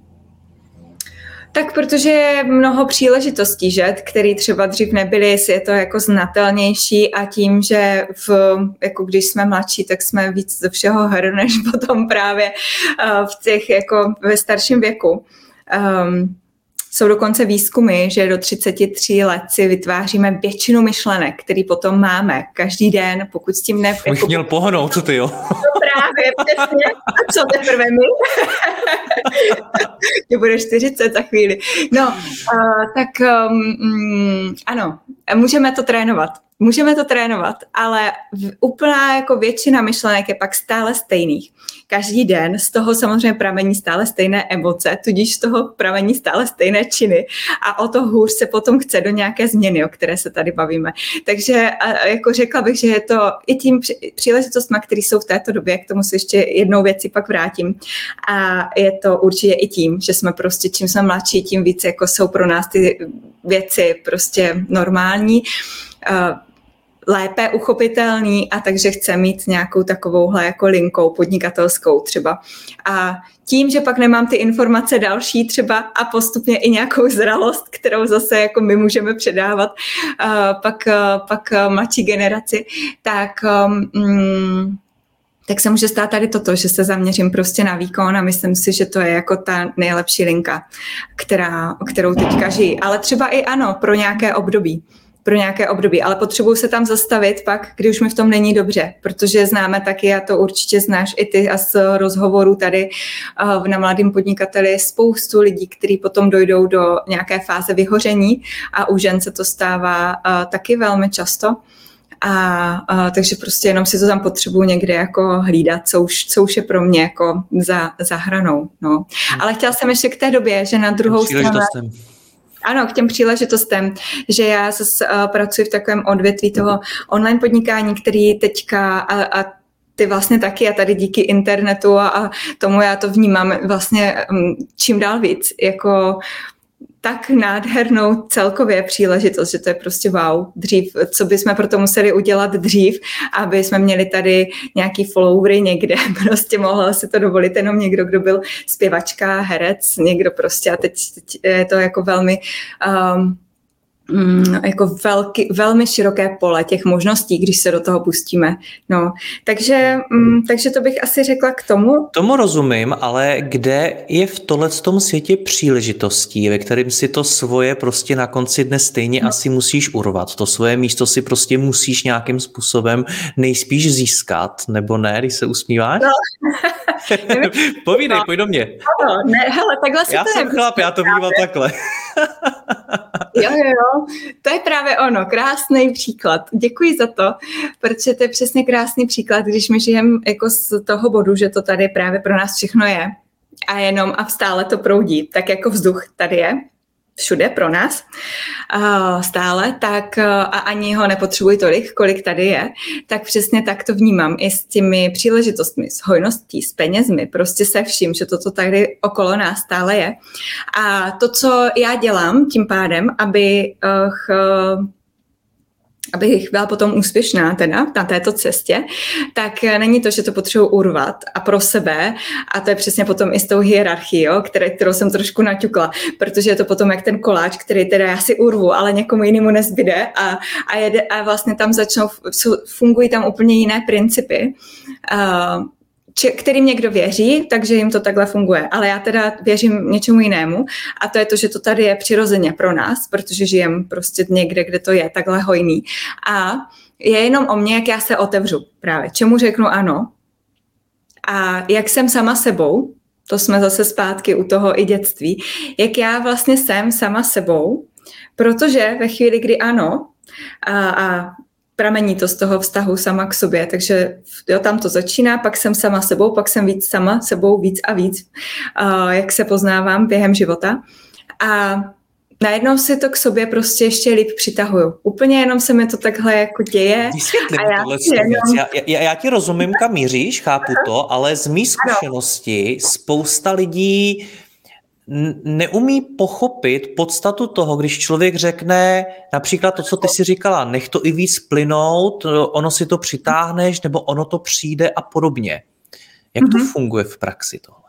[SPEAKER 2] Tak protože je mnoho příležitostí, že, které třeba dřív nebyly, jestli je to jako znatelnější a tím, že v, jako když jsme mladší, tak jsme víc do všeho hr, než potom právě uh, v těch jako ve starším věku. Um, Jsou dokonce výzkumy, že do třicet tři let si vytváříme většinu myšlenek, který potom máme každý den, pokud s tím ne...
[SPEAKER 1] Bych jako... měl pohnout, ty jo.
[SPEAKER 2] To právě, přesně. A co teprve my? Ty bude čtyřicet za chvíli. No, uh, tak um, ano, můžeme to trénovat. Můžeme to trénovat, ale úplná jako většina myšlenek je pak stále stejných. Každý den z toho samozřejmě pramení stále stejné emoce, tudíž z toho pramení stále stejné činy a o to hůř se potom chce do nějaké změny, o které se tady bavíme. Takže jako řekla bych, že je to i tím příležitostma, které jsou v této době, k tomu se ještě jednou věci pak vrátím. A je to určitě i tím, že jsme prostě, čím jsme mladší, tím víc jako jsou pro nás ty věci prostě normální. lépe uchopitelný a takže chce mít nějakou takovouhle jako linkou podnikatelskou třeba. A tím, že pak nemám ty informace další třeba a postupně i nějakou zralost, kterou zase jako my můžeme předávat uh, pak, uh, pak uh, mladší generaci, tak um, tak se může stát tady toto, že se zaměřím prostě na výkon a myslím si, že to je jako ta nejlepší linka, která, kterou teďka žijí. Ale třeba i ano, pro nějaké období. pro nějaké období, ale potřebuju se tam zastavit pak, když už mi v tom není dobře, protože známe taky, a to určitě znáš i ty a z rozhovorů tady uh, na Mladým podnikateli, spoustu lidí, kteří potom dojdou do nějaké fáze vyhoření a u žen se to stává uh, taky velmi často. A, a takže prostě jenom si to tam potřebuji někde jako hlídat, co už, co už je pro mě jako za, za hranou. No. Ale chtěla jsem ještě k té době, že na druhou stranu... Ano, k těm příležitostem, že já zase uh, pracuji v takovém odvětví toho online podnikání, který teďka a, a ty vlastně taky a tady díky internetu a, a tomu já to vnímám vlastně um, čím dál víc, jako tak nádhernou celkově příležitost, že to je prostě wow. Dřív, co bychom proto museli udělat dřív, aby jsme měli tady nějaký followery někde, prostě mohl si to dovolit jenom někdo, kdo byl zpěvačka, herec, někdo prostě a teď, teď je to jako velmi um, Mm, jako velký, velmi široké pole těch možností, když se do toho pustíme. No, takže, mm, takže to bych asi řekla k tomu.
[SPEAKER 1] Tomu rozumím, ale kde je v tohletom světě příležitostí, ve kterým si to svoje prostě na konci dne stejně no. asi musíš urvat. To svoje místo si prostě musíš nějakým způsobem nejspíš získat, nebo ne, když se usmíváš? No. Povídej, no. Pojď do mě.
[SPEAKER 2] No, ne, hele, takhle si
[SPEAKER 1] já
[SPEAKER 2] to
[SPEAKER 1] jsem chlap, já to vnímám takhle.
[SPEAKER 2] Jo, jo, jo, to je právě ono, krásný příklad. Děkuji za to, protože to je přesně krásný příklad, když my žijeme jako z toho bodu, že to tady právě pro nás všechno je a jenom a stále to proudí, tak jako vzduch tady je, všude pro nás uh, stále, tak uh, a ani ho nepotřebuji tolik, kolik tady je, tak přesně tak to vnímám i s těmi příležitostmi, s hojností, s penězmi, prostě se vším, že toto tady okolo nás stále je. A to, co já dělám tím pádem, aby uh, abych byla potom úspěšná teda na této cestě, tak není to, že to potřebuji urvat a pro sebe a to je přesně potom i s tou hierarchií, které, kterou jsem trošku naťukla, protože je to potom jak ten koláč, který teda já si urvu, ale někomu jinému nezbyde a, a, jede, a vlastně tam začnou, fungují tam úplně jiné principy, uh, či, kterým někdo věří, takže jim to takhle funguje. Ale já teda věřím něčemu jinému a to je to, že to tady je přirozeně pro nás, protože žijem prostě někde, kde to je takhle hojný. A je jenom o mně, jak já se otevřu právě. Čemu řeknu ano a jak jsem sama sebou, to jsme zase zpátky u toho i dětství, jak já vlastně jsem sama sebou, protože ve chvíli, kdy ano a, a pramení to z toho vztahu sama k sobě, takže jo, tam to začíná, pak jsem sama sebou, pak jsem víc sama sebou víc a víc, uh, jak se poznávám během života a najednou si to k sobě prostě ještě líp přitahuju. Úplně jenom se mi to takhle jako děje.
[SPEAKER 1] Vysvětlím tohle jenom... já, já, já ti rozumím, kam míříš, chápu to, ale z mý zkušenosti spousta lidí neumí pochopit podstatu toho, když člověk řekne například to, co ty si říkala, nech to i víc plynout, ono si to přitáhneš, nebo ono to přijde a podobně. Jak mm-hmm. to funguje v praxi tohle?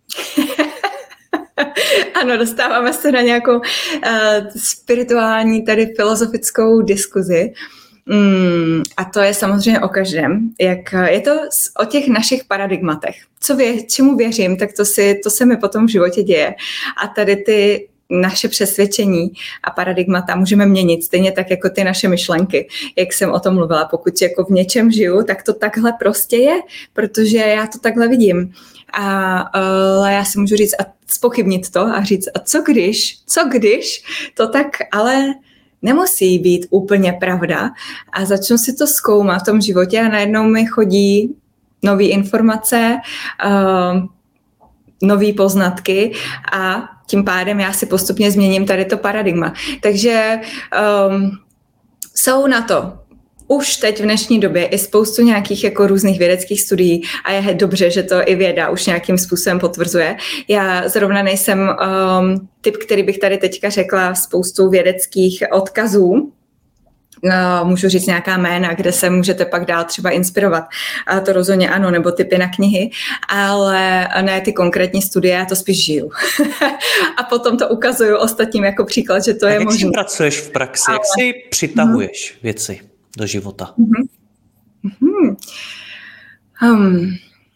[SPEAKER 2] Ano, dostáváme se na nějakou uh, spirituální, tady filozofickou diskuzi. Mm, a to je samozřejmě o každém. Jak je to o těch našich paradigmatech. Co vě, čemu věřím, tak to, si, to se mi potom v životě děje. A tady ty naše přesvědčení a paradigmata můžeme měnit, stejně tak jako ty naše myšlenky, jak jsem o tom mluvila. Pokud jako v něčem žiju, tak to takhle prostě je, protože já to takhle vidím. A uh, já si můžu říct a zpochybnit to a říct, a co když, co když, to tak ale nemusí být úplně pravda a začnu si to zkoumat v tom životě a najednou mi chodí nové informace, uh, nové poznatky a tím pádem já si postupně změním tady to paradigma. Takže um, jsou na to už teď v dnešní době i spoustu nějakých jako různých vědeckých studií a je dobře, že to i věda už nějakým způsobem potvrzuje. Já zrovna nejsem um, typ, který bych tady teďka řekla spoustu vědeckých odkazů, Můžu říct nějaká jména, kde se můžete pak dál třeba inspirovat. A to rozhodně ano, nebo tipy na knihy, ale ne ty konkrétní studie, já to spíš žiju. A potom to ukazuju ostatním jako příklad, že to
[SPEAKER 1] tak
[SPEAKER 2] je
[SPEAKER 1] jak
[SPEAKER 2] možné.
[SPEAKER 1] Jak si pracuješ v praxi? Ale... Jak si přitahuješ mm. věci do života?
[SPEAKER 2] Mm-hmm. Um.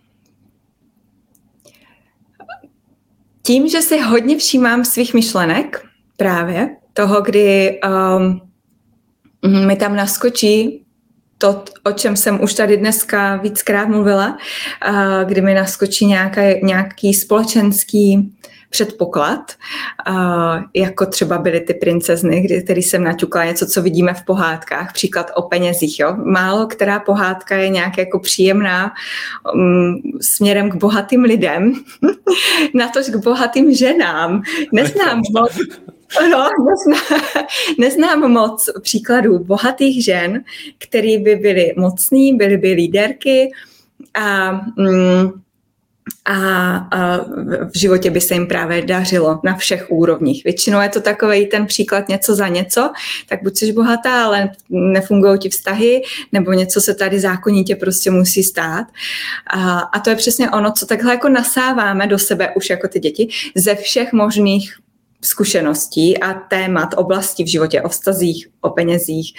[SPEAKER 2] Tím, že si hodně všímám svých myšlenek, právě toho, kdy um, mi tam naskočí to, o čem jsem už tady dneska víckrát mluvila, kdy mi naskočí nějaká, nějaký společenský předpoklad, jako třeba byly ty princezny, kdy, který jsem naťukla něco, co vidíme v pohádkách, příklad o penězích. Jo? Málo která pohádka je nějak jako příjemná um, směrem k bohatým lidem, natož k bohatým ženám. Neznám moc, no, neznám, neznám moc příkladů bohatých žen, které by byly mocný, byly by líderky a... Um, A, a v životě by se jim právě dařilo na všech úrovních. Většinou je to takový ten příklad něco za něco, tak buď jsi bohatá, ale nefungují ti vztahy, nebo něco se tady zákonitě prostě musí stát. A, a to je přesně ono, co takhle jako nasáváme do sebe už jako ty děti ze všech možných zkušeností a témat, oblastí v životě, o vztazích, o penězích,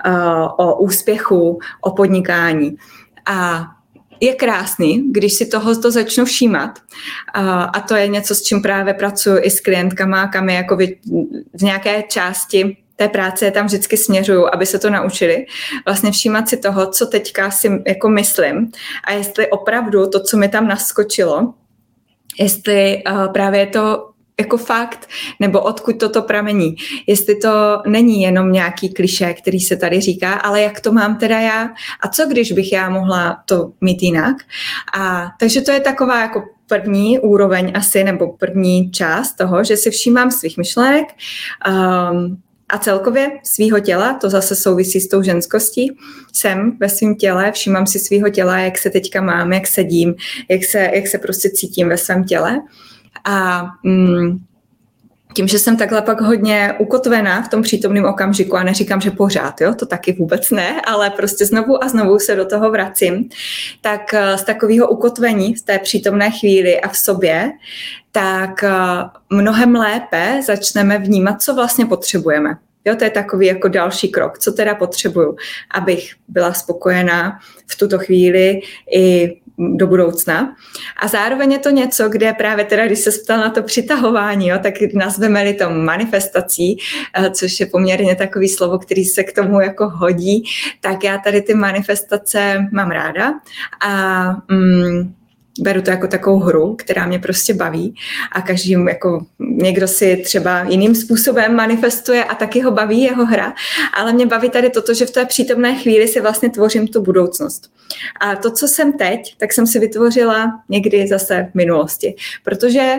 [SPEAKER 2] o úspěchu, o podnikání. A je krásný, když si toho to začnu všímat a, a to je něco, s čím právě pracuji i s klientkama, kam je jako v, v nějaké části té práce je tam vždycky směřuju, aby se to naučili. Vlastně všímat si toho, co teďka si jako myslím a jestli opravdu to, co mi tam naskočilo, jestli uh, právě je to jako fakt, nebo odkud toto pramení. Jestli to není jenom nějaký klišé, který se tady říká, ale jak to mám teda já a co když bych já mohla to mít jinak. A takže to je taková jako první úroveň asi, nebo první část toho, že si všímám svých myšlenek um, a celkově svýho těla, to zase souvisí s tou ženskostí. Jsem ve svém těle, všímám si svýho těla, jak se teďka mám, jak sedím, jak se, jak se prostě cítím ve svém těle. A mm, tím, že jsem takhle pak hodně ukotvená v tom přítomném okamžiku a neříkám, že pořád, jo, to taky vůbec ne, ale prostě znovu a znovu se do toho vracím, tak z takového ukotvení v té přítomné chvíli a v sobě, tak mnohem lépe začneme vnímat, co vlastně potřebujeme. Jo, to je takový jako další krok, co teda potřebuju, abych byla spokojená v tuto chvíli i do budoucna. A zároveň je to něco, kde právě teda, když se ptal na to přitahování, jo, tak nazveme-li to manifestací, což je poměrně takový slovo, který se k tomu jako hodí, tak já tady ty manifestace mám ráda a mm, beru to jako takovou hru, která mě prostě baví a každý jako někdo si třeba jiným způsobem manifestuje a taky ho baví jeho hra, ale mě baví tady toto, že v té přítomné chvíli si vlastně tvořím tu budoucnost. A to, co jsem teď, tak jsem si vytvořila někdy zase v minulosti, protože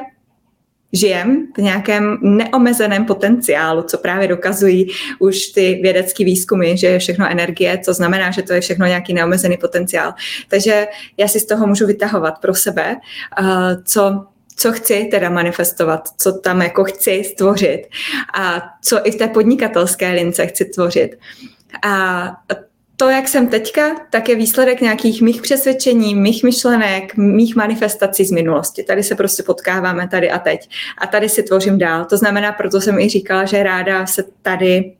[SPEAKER 2] žijem v nějakém neomezeném potenciálu, co právě dokazují už ty vědecké výzkumy, že je všechno energie, co znamená, že to je všechno nějaký neomezený potenciál. Takže já si z toho můžu vytahovat pro sebe, co co chci teda manifestovat, co tam jako chci stvořit a co i v té podnikatelské lince chci tvořit. A to, jak jsem teďka, tak je výsledek nějakých mých přesvědčení, mých myšlenek, mých manifestací z minulosti. Tady se prostě potkáváme tady a teď. A tady si tvořím dál. To znamená, proto jsem i říkala, že ráda se tady,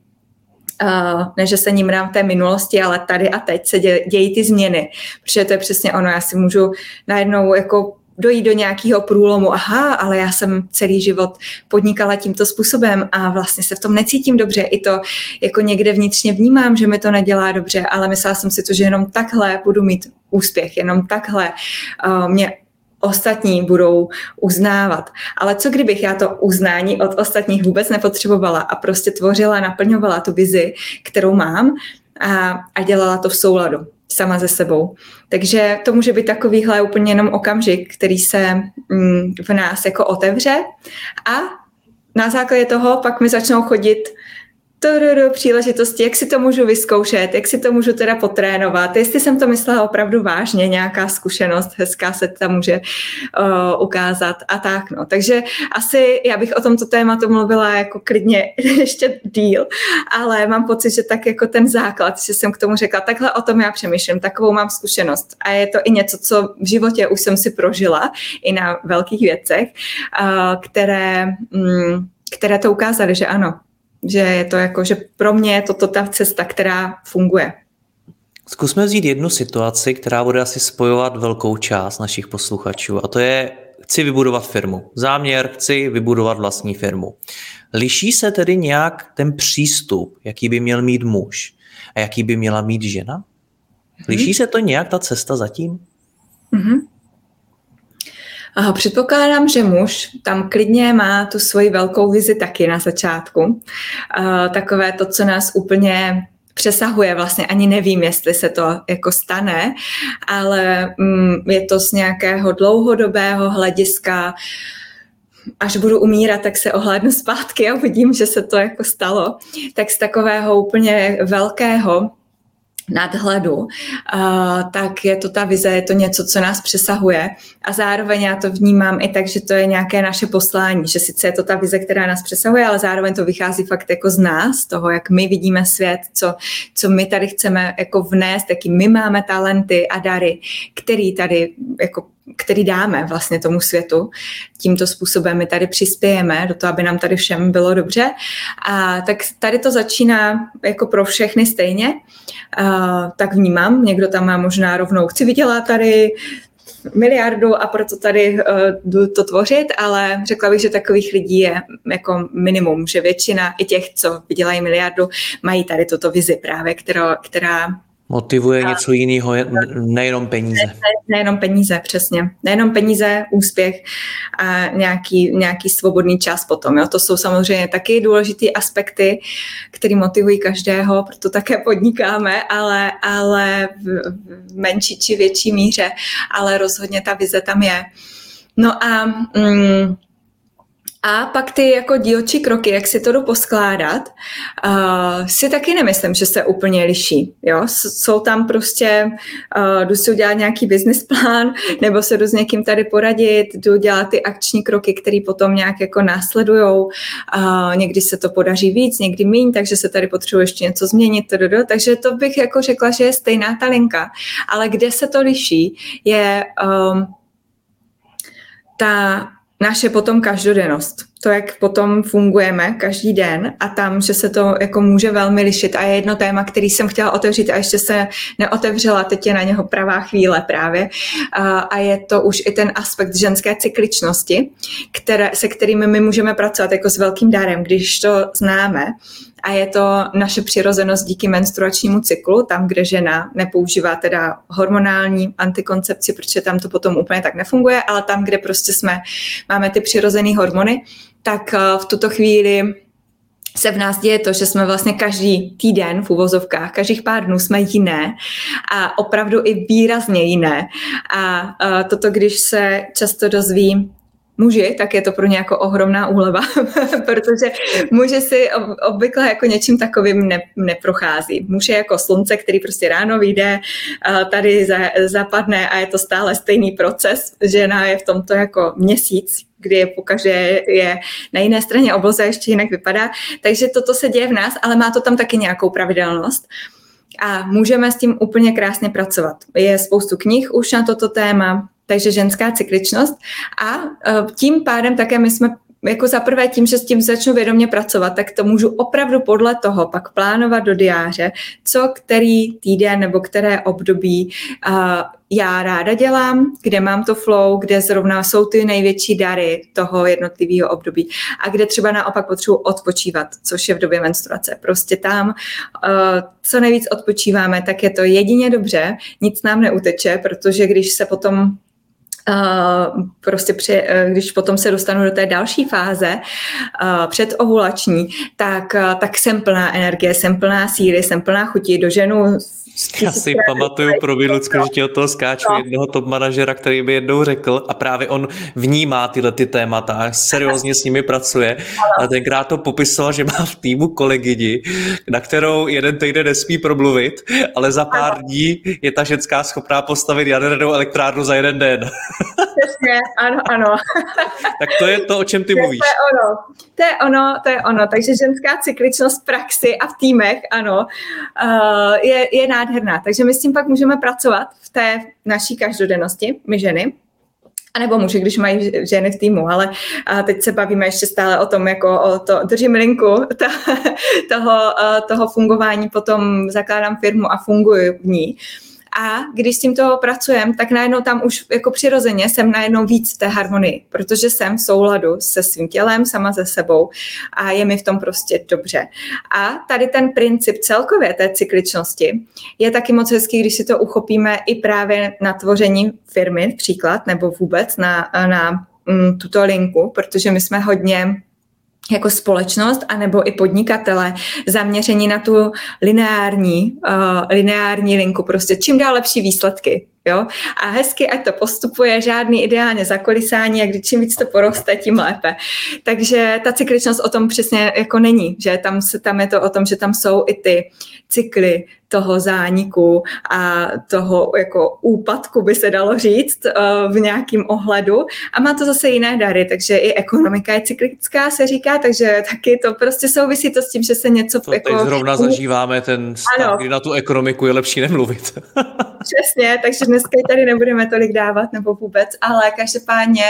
[SPEAKER 2] uh, ne, že se ním dám v té minulosti, ale tady a teď se děj, dějí ty změny. Protože to je přesně ono. Já si můžu najednou jako dojít do nějakého průlomu. Aha, ale já jsem celý život podnikala tímto způsobem a vlastně se v tom necítím dobře. I to jako někde vnitřně vnímám, že mi to nedělá dobře, ale myslela jsem si to, že jenom takhle budu mít úspěch, jenom takhle uh, mě ostatní budou uznávat. Ale co kdybych já to uznání od ostatních vůbec nepotřebovala a prostě tvořila, naplňovala tu vizi, kterou mám a, a dělala to v souladu sama ze sebou. Takže to může být takovýhle úplně jenom okamžik, který se mm, v nás jako otevře a na základě toho pak mi začnou chodit do příležitosti, jak si to můžu vyzkoušet, jak si to můžu teda potrénovat, jestli jsem to myslela opravdu vážně, nějaká zkušenost hezká se tam může uh, ukázat a tak, no. Takže asi já bych o tomto tématu mluvila jako klidně ještě díl, ale mám pocit, že tak jako ten základ, že jsem k tomu řekla, takhle o tom já přemýšlím, takovou mám zkušenost a je to i něco, co v životě už jsem si prožila i na velkých věcech, uh, které, um, které to ukázaly, že ano, že je to jako, že pro mě je to ta cesta, která funguje.
[SPEAKER 1] Zkusme vzít jednu situaci, která bude asi spojovat velkou část našich posluchačů, a to je, chci vybudovat firmu. Záměr, chci vybudovat vlastní firmu. Liší se tedy nějak ten přístup, jaký by měl mít muž a jaký by měla mít žena? Liší mm-hmm. se to nějak ta cesta zatím?
[SPEAKER 2] Mhm. Aha, předpokládám, že muž tam klidně má tu svoji velkou vizi taky na začátku. Uh, takové to, co nás úplně přesahuje, vlastně ani nevím, jestli se to jako stane, ale um, je to z nějakého dlouhodobého hlediska. Až budu umírat, tak se ohlédnu zpátky a uvidím, že se to jako stalo. Tak z takového úplně velkého nadhledu, uh, tak je to ta vize, je to něco, co nás přesahuje a zároveň já to vnímám i tak, že to je nějaké naše poslání, že sice je to ta vize, která nás přesahuje, ale zároveň to vychází fakt jako z nás, toho, jak my vidíme svět, co, co my tady chceme jako vnést, jaký my máme talenty a dary, který tady jako který dáme vlastně tomu světu. Tímto způsobem my tady přispějeme do toho, aby nám tady všem bylo dobře. A tak tady to začíná jako pro všechny stejně. A tak vnímám, někdo tam má možná rovnou, chci vydělat tady miliardu a proto tady uh, jdu to tvořit, ale řekla bych, že takových lidí je jako minimum, že většina i těch, co vydělají miliardu, mají tady tuto vizi právě, která, která
[SPEAKER 1] motivuje a něco jiného, nejenom peníze. Ne,
[SPEAKER 2] nejenom peníze, přesně. Nejenom peníze, úspěch a nějaký, nějaký svobodný čas potom. Jo. To jsou samozřejmě taky důležitý aspekty, které motivují každého, proto také podnikáme, ale, ale v, v menší či větší míře, ale rozhodně ta vize tam je. No a mm, A pak ty jako dílčí kroky, jak si to jdu poskládat, uh, si taky nemyslím, že se úplně liší. Jo? Jsou tam prostě, uh, jdu si udělat nějaký business plán, nebo se jdu s někým tady poradit, jdu dělat ty akční kroky, které potom nějak jako následujou. Uh, někdy se to podaří víc, někdy míň, takže se tady potřebuje ještě něco změnit. Tadado. Takže to bych jako řekla, že je stejná ta linka. Ale kde se to liší, je um, ta naše potom každodennost. To, jak potom fungujeme každý den a tam, že se to jako může velmi lišit. A je jedno téma, který jsem chtěla otevřít a ještě se neotevřela, teď je na něho pravá chvíle právě. A je to už i ten aspekt ženské cykličnosti, které, se kterými my můžeme pracovat jako s velkým darem, když to známe. A je to naše přirozenost díky menstruačnímu cyklu, tam, kde žena nepoužívá teda hormonální antikoncepci, protože tam to potom úplně tak nefunguje, ale tam, kde prostě jsme, máme ty přirozené hormony, tak v tuto chvíli se v nás děje to, že jsme vlastně každý týden v uvozovkách, každých pár dnů jsme jiné a opravdu i výrazně jiné. A toto, když se často dozví muži, tak je to pro ně jako ohromná úleva, protože muži si obvykle jako něčím takovým ne, neprochází. Muž je jako slunce, který prostě ráno vyjde, tady za, zapadne a je to stále stejný proces. Žena je v tomto jako měsíc, kdy je pokaždé je na jiné straně obloze, ještě jinak vypadá. Takže toto se děje v nás, ale má to tam taky nějakou pravidelnost. A můžeme s tím úplně krásně pracovat. Je spoustu knih už na toto téma, takže ženská cykličnost a tím pádem také my jsme jako zaprvé tím, že s tím začnu vědomě pracovat, tak to můžu opravdu podle toho pak plánovat do diáře, co který týden nebo které období uh, já ráda dělám, kde mám to flow, kde zrovna jsou ty největší dary toho jednotlivého období a kde třeba naopak potřebuji odpočívat, což je v době menstruace. Prostě tam, uh, co nejvíc odpočíváme, tak je to jedině dobře, nic nám neuteče, protože když se potom Uh, prostě při, uh, když potom se dostanu do té další fáze uh, předovulační, tak, uh, tak jsem plná energie, jsem plná síly, jsem plná chuti, doženu
[SPEAKER 1] Já si pamatuju pro Lucku, že ti od toho skáču no. jednoho top manažera, který by jednou řekl a právě on vnímá tyhle ty témata a seriózně s nimi pracuje. A tenkrát to popisoval, že má v týmu kolegyni, na kterou jeden týden nesmí promluvit, ale za pár ano. dní je ta ženská schopná postavit jadernou elektrárnu za jeden den.
[SPEAKER 2] Přesně, ano, ano.
[SPEAKER 1] Tak to je to, o čem ty
[SPEAKER 2] to
[SPEAKER 1] mluvíš.
[SPEAKER 2] To je ono, to je ono, to je ono. Takže ženská cykličnost v praxi a v týmech, ano, uh, je, je nádherná. Takže my s tím pak můžeme pracovat v té naší každodennosti, my ženy, anebo muži, když mají ženy v týmu, ale a teď se bavíme ještě stále o tom, jako o to, držím linku to, toho, toho fungování, potom zakládám firmu a funguji v ní. A když s tímto pracujeme, tak najednou tam už jako přirozeně jsem najednou víc v té harmonii, protože jsem v souladu se svým tělem, sama se sebou a je mi v tom prostě dobře. A tady ten princip celkově té cykličnosti je taky moc hezký, když si to uchopíme i právě na tvoření firmy, příklad, nebo vůbec na, na mm, tuto linku, protože my jsme hodně jako společnost, anebo i podnikatele zaměření na tu lineární, uh, lineární linku, prostě čím dál lepší výsledky. Jo? A hezky, ať to postupuje, žádný ideálně zakolísání, a když čím víc to poroste, tím lépe. Takže ta cykličnost o tom přesně jako není, že tam, se, tam je to o tom, že tam jsou i ty cykly toho zániku a toho jako úpadku, by se dalo říct, v nějakém ohledu. A má to zase jiné dary, takže i ekonomika je cyklická, se říká, takže taky to prostě souvisí to s tím, že se něco...
[SPEAKER 1] To jako... teď zrovna zažíváme ten stav, ano. Kdy na tu ekonomiku je lepší nemluvit.
[SPEAKER 2] Přesně, takže dneska tady nebudeme tolik dávat, nebo vůbec, ale každopádně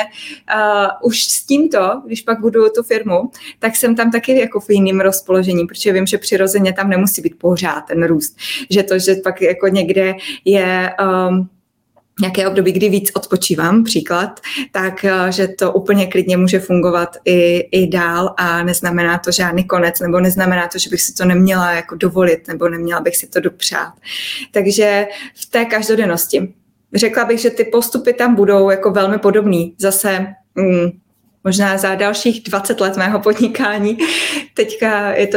[SPEAKER 2] uh, už s tímto, když pak budu tu firmu, tak jsem tam taky jako v jiným rozpoložení, protože vím, že přirozeně tam nemusí být pořád ten růst. Že to, že pak jako někde je... Um, nějaké období, kdy víc odpočívám, příklad, tak že to úplně klidně může fungovat i, i dál a neznamená to žádný konec, nebo neznamená to, že bych si to neměla jako dovolit, nebo neměla bych si to dopřát. Takže v té každodennosti řekla bych, že ty postupy tam budou jako velmi podobný. Zase mm, možná za dalších dvacet let mého podnikání, teďka je to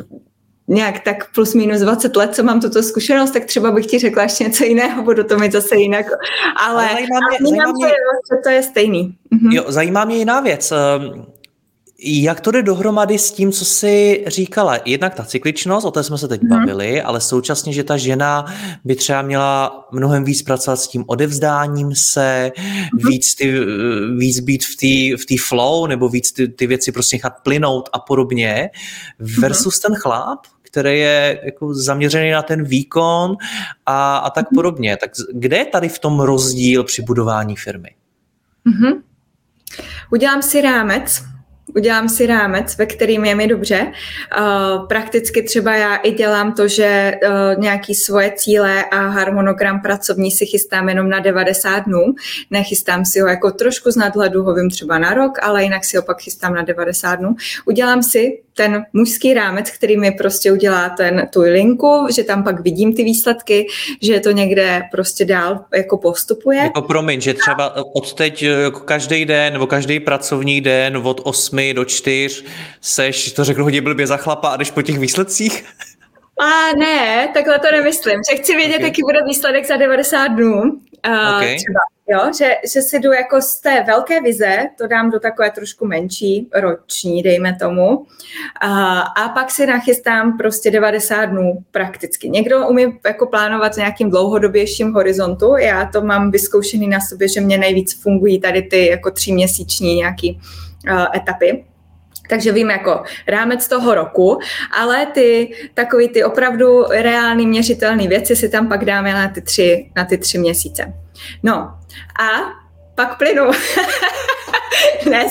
[SPEAKER 2] nějak tak plus minus dvacet let, co mám tuto zkušenost, tak třeba bych ti řekla ještě něco jiného, budu to mít zase jinak. Ale, ale zajímá mě, že to je stejný. Mhm.
[SPEAKER 1] Jo, zajímá mě jiná věc. Jak to jde dohromady s tím, co jsi říkala? Jednak ta cykličnost, o té jsme se teď mhm. bavili, ale současně, že ta žena by třeba měla mnohem víc pracovat s tím odevzdáním se, mhm. víc, ty, víc být v té v té flow, nebo víc ty, ty věci prostě nechat plynout a podobně, versus mhm. ten chlap, který je jako zaměřený na ten výkon a, a tak podobně. Tak kde je tady v tom rozdíl při budování firmy?
[SPEAKER 2] Mm-hmm. Udělám si rámec, udělám si rámec, ve kterým je mi dobře. Uh, prakticky třeba já i dělám to, že uh, nějaký svoje cíle a harmonogram pracovní si chystám jenom na devadesát dnů. Nechystám si ho jako trošku z nadhledu, ho vím třeba na rok, ale jinak si ho pak chystám na devadesát dnů. Udělám si ten mužský rámec, který mi prostě udělá ten, tu linku, že tam pak vidím ty výsledky, že to někde prostě dál jako postupuje.
[SPEAKER 1] Jako promiň, že třeba od teď jako každý den nebo každý pracovní den od osmi do čtyř seš, to řeknu hodně blbě, za chlapa a jdeš po těch výsledcích?
[SPEAKER 2] A ne, takhle to nemyslím. Že chci vědět, okay. jaký bude výsledek za devadesát dnů. Uh, okay. Třeba, jo, že, že si jdu jako z té velké vize, to dám do takové trošku menší, roční, dejme tomu. Uh, a pak si nachystám prostě devadesát dnů prakticky. Někdo umí jako plánovat v nějakým dlouhodobějším horizontu. Já to mám vyzkoušený na sobě, že mě nejvíc fungují tady ty jako tříměsíční nějaký uh, etapy. Takže vím jako rámec toho roku, ale ty takový ty opravdu reální měřitelné věci si tam pak dáme na ty tři, na ty tři měsíce. No a pak plynu. Ne,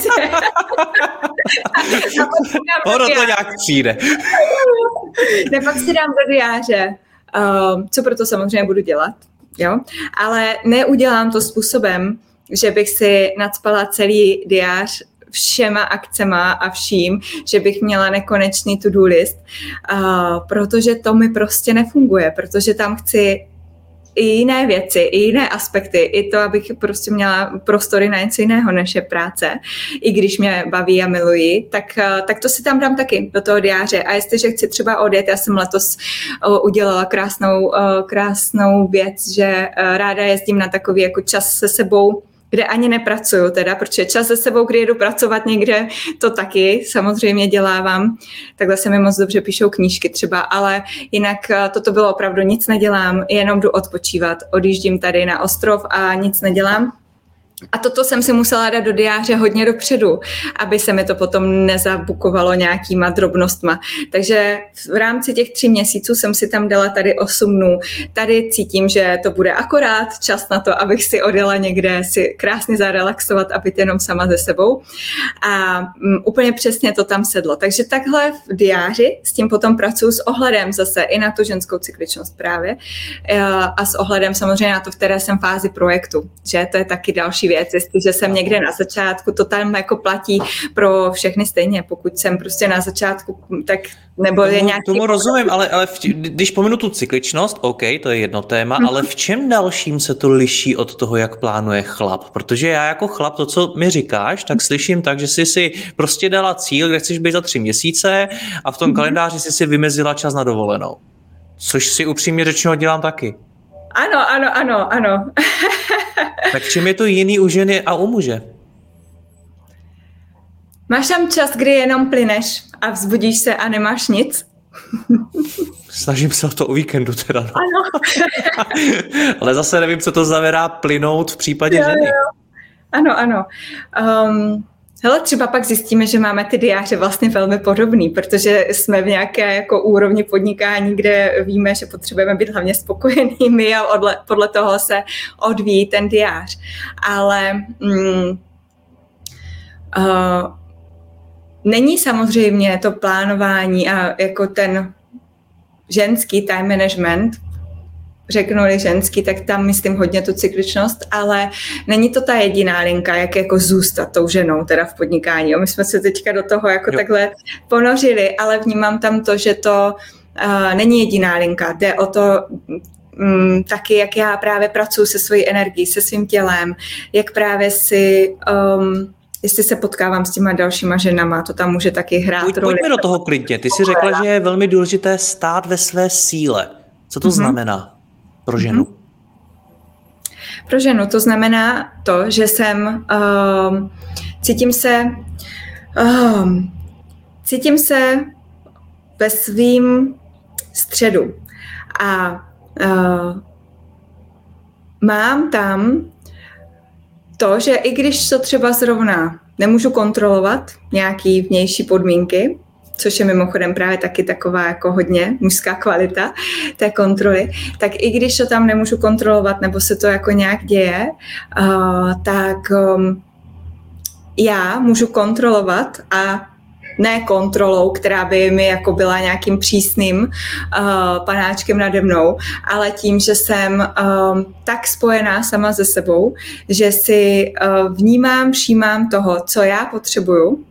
[SPEAKER 1] ono to nějak přijde.
[SPEAKER 2] Ne, pak si dám do diáře, uh, co proto samozřejmě budu dělat, jo, ale neudělám to způsobem, že bych si nacpala celý diář všema akcema a vším, že bych měla nekonečný to-do list, uh, protože to mi prostě nefunguje, protože tam chci i jiné věci, i jiné aspekty, i to, abych prostě měla prostory na něco jiného, než je práce, i když mě baví a miluji, tak, tak to si tam dám taky do toho diáře. A jestliže chci třeba odjet, já jsem letos udělala krásnou, krásnou věc, že ráda jezdím na takový jako čas se sebou, kde ani nepracuju teda, protože čas se sebou, kdy jedu pracovat někde, to taky samozřejmě dělávám. Takhle se mi moc dobře píšou knížky třeba, ale jinak toto bylo opravdu nic nedělám, jenom jdu odpočívat. Odjíždím tady na ostrov a nic nedělám. A toto jsem si musela dát do diáře hodně dopředu, aby se mi to potom nezabukovalo nějakýma drobnostma. Takže v rámci těch tří měsíců jsem si tam dala tady osm dnů. Tady cítím, že to bude akorát čas na to, abych si odjela někde si krásně zarelaxovat a být jenom sama ze sebou. A um, úplně přesně to tam sedlo. Takže takhle v diáři s tím potom pracuji s ohledem zase i na tu ženskou cykličnost právě a s ohledem samozřejmě na to, v které jsem fázi projektu. Že to je taky další věc, jestliže jsem někde na začátku, to tam jako platí pro všechny stejně, pokud jsem prostě na začátku, tak nebo
[SPEAKER 1] tomu,
[SPEAKER 2] je nějaký...
[SPEAKER 1] Tomu rozumím, ale, ale v, když pominu tu cykličnost, OK, to je jedno téma, mm-hmm. ale v čem dalším se to liší od toho, jak plánuje chlap? Protože já jako chlap, to, co mi říkáš, tak slyším tak, že jsi si prostě dala cíl, kde chceš být za tři měsíce a v tom mm-hmm. kalendáři jsi si vymezila čas na dovolenou. Což si upřímně řečeno dělám taky.
[SPEAKER 2] Ano, ano, ano, ano.
[SPEAKER 1] Tak čím je to jiný u ženy a u muže?
[SPEAKER 2] Máš tam čas, kdy jenom plyneš a vzbudíš se a nemáš nic?
[SPEAKER 1] Snažím se o to o víkendu teda. No.
[SPEAKER 2] Ano.
[SPEAKER 1] Ale zase nevím, co to znamená plynout v případě
[SPEAKER 2] jo,
[SPEAKER 1] ženy.
[SPEAKER 2] Jo. Ano, ano. Um, hele, třeba pak zjistíme, že máme ty diáře vlastně velmi podobný, protože jsme v nějaké jako úrovni podnikání, kde víme, že potřebujeme být hlavně spokojenými a odle, podle toho se odvíjí ten diář. Ale mm, uh, není samozřejmě to plánování a jako ten ženský time management, řeknu-li ženský, tak tam myslím hodně tu cykličnost, ale není to ta jediná linka, jak jako zůstat tou ženou teda v podnikání. My jsme se teďka do toho jako jo. takhle ponořili, ale vnímám tam to, že to uh, není jediná linka. Jde o to um, taky, jak já právě pracuji se svojí energií, se svým tělem, jak právě si... Um, jestli se potkávám s těma dalšíma ženama, to tam může taky hrát
[SPEAKER 1] Pojď,
[SPEAKER 2] roli.
[SPEAKER 1] Pojďme do toho klidně. Ty jsi řekla, že je velmi důležité stát ve své síle. Co to mm-hmm. znamená pro ženu? Mm-hmm.
[SPEAKER 2] Pro ženu to znamená to, že jsem, um, cítím se, um, cítím se ve svým středu a uh, mám tam to, že i když to třeba zrovna nemůžu kontrolovat nějaký vnější podmínky, což je mimochodem právě taky taková jako hodně mužská kvalita té kontroly, tak i když to tam nemůžu kontrolovat nebo se to jako nějak děje, uh, tak um, já můžu kontrolovat a ne kontrolou, která by mi jako byla nějakým přísným uh, panáčkem nade mnou, ale tím, že jsem um, tak spojená sama se sebou, že si uh, vnímám, všímám toho, co já potřebuju,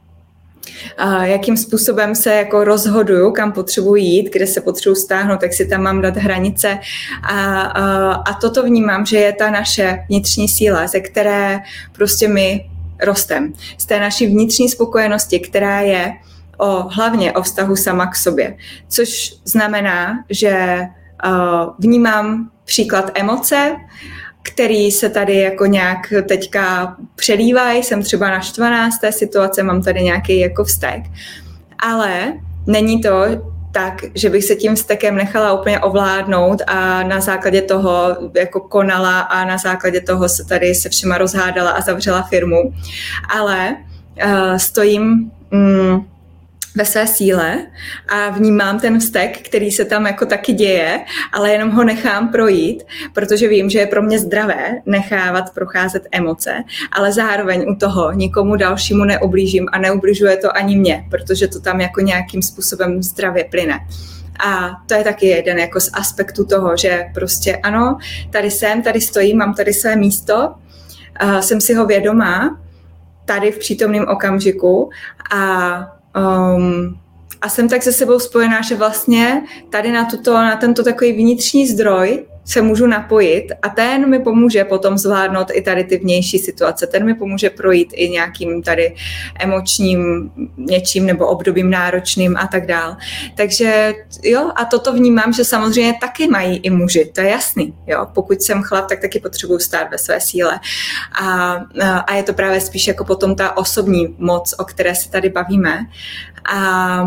[SPEAKER 2] Uh, jakým způsobem se jako rozhoduju, kam potřebuji jít, kde se potřebuji stáhnout, tak si tam mám dát hranice a, a, a toto vnímám, že je ta naše vnitřní síla, ze které prostě my rostem. Z té naší vnitřní spokojenosti, která je o, hlavně o vztahu sama k sobě. Což znamená, že uh, vnímám příklad emoce, který se tady jako nějak teďka přelívají, jsem třeba naštvaná z té situace, mám tady nějaký jako vztek, ale není to tak, že bych se tím vztekem nechala úplně ovládnout a na základě toho jako konala a na základě toho se tady se všema rozhádala a zavřela firmu, ale uh, stojím um, ve své síle a vnímám ten vztek, který se tam jako taky děje, ale jenom ho nechám projít, protože vím, že je pro mě zdravé nechávat procházet emoce, ale zároveň u toho nikomu dalšímu neublížím a neubližuje to ani mě, protože to tam jako nějakým způsobem zdravě plyne. A to je taky jeden jako z aspektů toho, že prostě ano, tady jsem, tady stojím, mám tady své místo, uh, jsem si ho vědomá, tady v přítomném okamžiku a Um, a jsem tak se sebou spojená, že vlastně tady na, tuto, na tento takový vnitřní zdroj se můžu napojit a ten mi pomůže potom zvládnout i tady ty vnější situace. Ten mi pomůže projít i nějakým tady emočním něčím nebo obdobím náročným a tak dál. Takže jo, a toto vnímám, že samozřejmě taky mají i muži, to je jasný. Jo? Pokud jsem chlap, tak taky potřebuju stát ve své síle. A, a je to právě spíš jako potom ta osobní moc, o které se tady bavíme. A,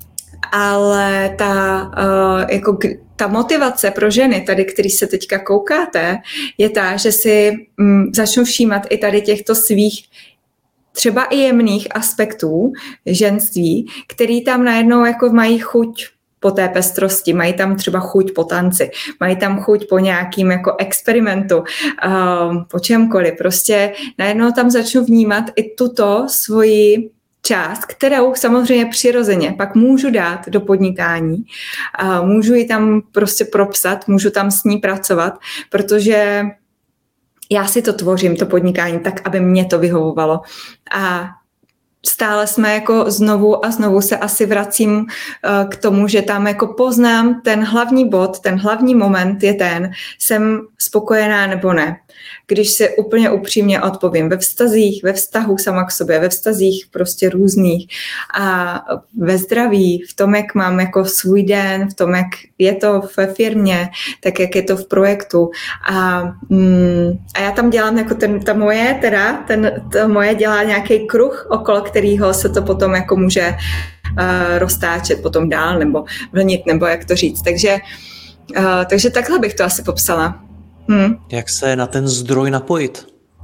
[SPEAKER 2] ale ta, uh, jako, ta motivace pro ženy, tady, který se teďka koukáte, je ta, že si um, začnou všímat i tady těchto svých třeba i jemných aspektů ženství, který tam najednou jako mají chuť po té pestrosti, mají tam třeba chuť po tanci, mají tam chuť po nějakým jako experimentu, um, po čemkoliv. Prostě najednou tam začnu vnímat i tuto svoji část, kterou samozřejmě přirozeně pak můžu dát do podnikání, uh, můžu ji tam prostě propsat, můžu tam s ní pracovat, protože já si to tvořím, to podnikání, tak, aby mě to vyhovovalo. A stále jsme jako znovu a znovu se asi vracím uh, k tomu, že tam jako poznám ten hlavní bod, ten hlavní moment je ten, jsem spokojená nebo ne. Když si úplně upřímně odpovím ve vztazích, ve vztahu sama k sobě, ve vztazích prostě různých a ve zdraví, v tom, jak mám jako svůj den, v tom, jak je to ve firmě, tak jak je to v projektu. A, mm, a já tam dělám jako ten, ta moje, teda, ten, to moje dělá nějaký kruh, okolo kterého se to potom jako může uh, roztáčet potom dál nebo vlnit, nebo jak to říct. Takže, uh, takže takhle bych to asi popsala. Hmm.
[SPEAKER 1] Jak se na ten zdroj napojit?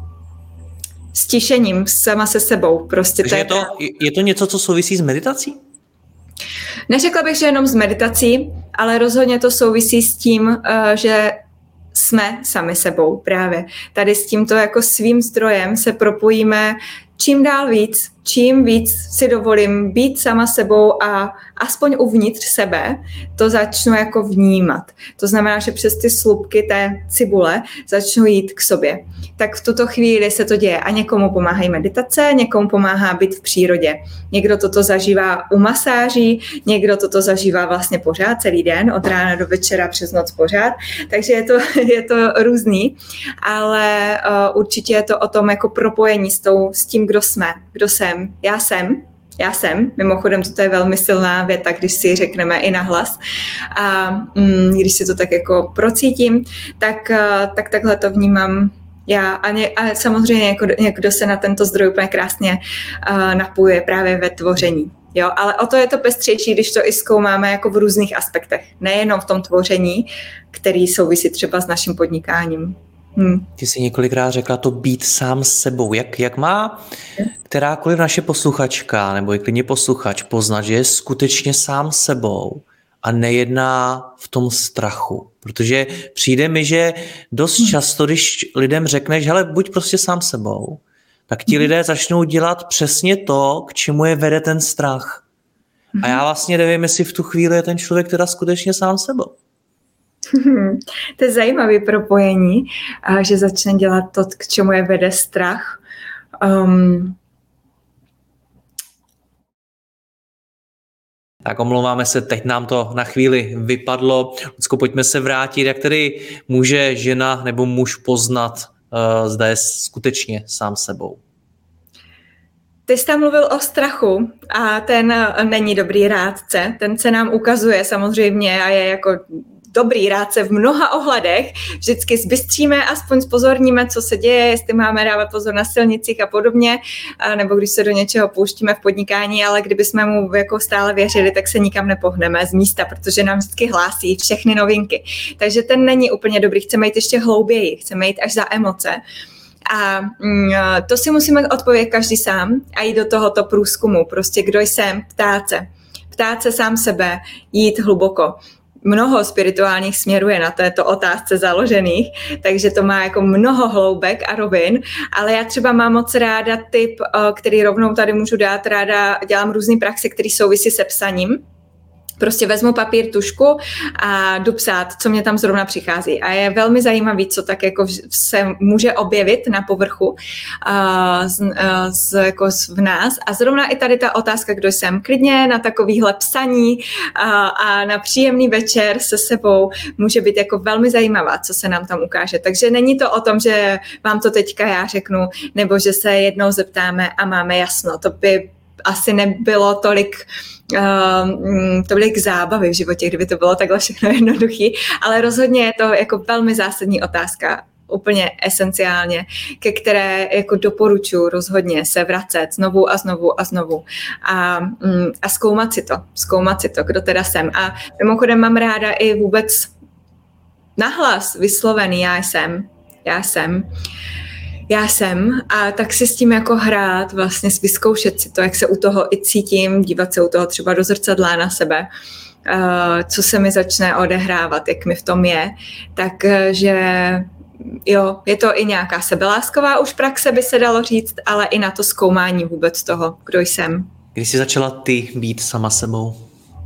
[SPEAKER 2] S tišením, sama se sebou. Prostě
[SPEAKER 1] Takže
[SPEAKER 2] to
[SPEAKER 1] je, to, je to něco, co souvisí s meditací?
[SPEAKER 2] Neřekla bych, že jenom s meditací, ale rozhodně to souvisí s tím, že jsme sami sebou právě. Tady s tímto jako svým zdrojem se propojíme čím dál víc, čím víc si dovolím být sama sebou a aspoň uvnitř sebe, to začnu jako vnímat. To znamená, že přes ty slupky té cibule začnu jít k sobě. Tak v tuto chvíli se to děje a někomu pomáhají meditace, někomu pomáhá být v přírodě. Někdo toto zažívá u masáží, někdo toto zažívá vlastně pořád celý den, od rána do večera přes noc pořád, takže je to, je to různý, ale uh, určitě je to o tom jako propojení s, tou, s tím, kdo jsme, kdo jsem. Já jsem, já jsem, mimochodem to je velmi silná věta, když si ji řekneme i nahlas a mm, když si to tak jako procítím, tak, tak takhle to vnímám já a, ně, a samozřejmě jako, někdo se na tento zdroj úplně krásně uh, napojuje právě ve tvoření. Jo, ale o to je to pestřejší, když to i zkoumáme jako v různých aspektech, nejenom v tom tvoření, který souvisí třeba s naším podnikáním. Hmm.
[SPEAKER 1] Ty jsi několikrát řekla to být sám s sebou. Jak, jak má kterákoliv naše posluchačka nebo i klidně posluchač poznat, že je skutečně sám s sebou a nejedná v tom strachu? Protože přijde mi, že dost hmm. často, když lidem řekneš, hele, buď prostě sám s sebou, tak ti hmm. lidé začnou dělat přesně to, k čemu je vede ten strach. Hmm. A já vlastně nevím, jestli v tu chvíli je ten člověk teda skutečně sám s sebou.
[SPEAKER 2] To je zajímavé propojení, že začne dělat to, k čemu je vede strach. Um...
[SPEAKER 1] Tak omlouváme se, teď nám to na chvíli vypadlo. Lucko, pojďme se vrátit, jak tedy může žena nebo muž poznat, uh, zda je skutečně sám sebou.
[SPEAKER 2] Ty jsi tam mluvil o strachu a ten není dobrý rádce. Ten se nám ukazuje samozřejmě a je jako dobrý rádce v mnoha ohledech. Vždycky zbystříme, aspoň zpozorníme, co se děje, jestli máme dávat pozor na silnicích a podobně, nebo když se do něčeho pouštíme v podnikání, ale kdyby jsme mu jako stále věřili, tak se nikam nepohneme z místa, protože nám vždycky hlásí všechny novinky. Takže ten není úplně dobrý, chceme jít ještě hlouběji, chceme jít až za emoce. A to si musíme odpovědět každý sám a jít do tohoto průzkumu. Prostě kdo jsem, ptát se. Ptát se sám sebe, jít hluboko. Mnoho spirituálních směrů je na této otázce založených, takže to má jako mnoho hloubek a rovin, ale já třeba mám moc ráda tip, který rovnou tady můžu dát, ráda dělám různý praxe, který souvisí se psaním. Prostě vezmu papír, tužku a jdu psát, co mě tam zrovna přichází. A je velmi zajímavý, co tak jako se může objevit na povrchu uh, z, uh, z, jako v nás. A zrovna i tady ta otázka, kdo jsem, klidně na takovýhle psaní uh, a na příjemný večer se sebou může být jako velmi zajímavá, co se nám tam ukáže. Takže není to o tom, že vám to teďka já řeknu, nebo že se jednou zeptáme a máme jasno. To by asi nebylo tolik Uh, tolik zábavy v životě, kdyby to bylo takhle všechno jednoduchý, ale rozhodně je to jako velmi zásadní otázka, úplně esenciálně, ke které jako doporučuji rozhodně se vracet znovu a znovu a znovu a, a zkoumat si to, zkoumat si to, kdo teda jsem. A mimochodem mám ráda i vůbec nahlas vyslovený já jsem, já jsem. Já jsem a tak si s tím jako hrát, vlastně vyzkoušet si to, jak se u toho i cítím, dívat se u toho třeba do zrcadla na sebe, uh, co se mi začne odehrávat, jak mi v tom je, takže jo, je to i nějaká sebelásková už praxe, by se dalo říct, ale i na to zkoumání vůbec toho, kdo jsem.
[SPEAKER 1] Kdy jsi začala ty být sama sebou?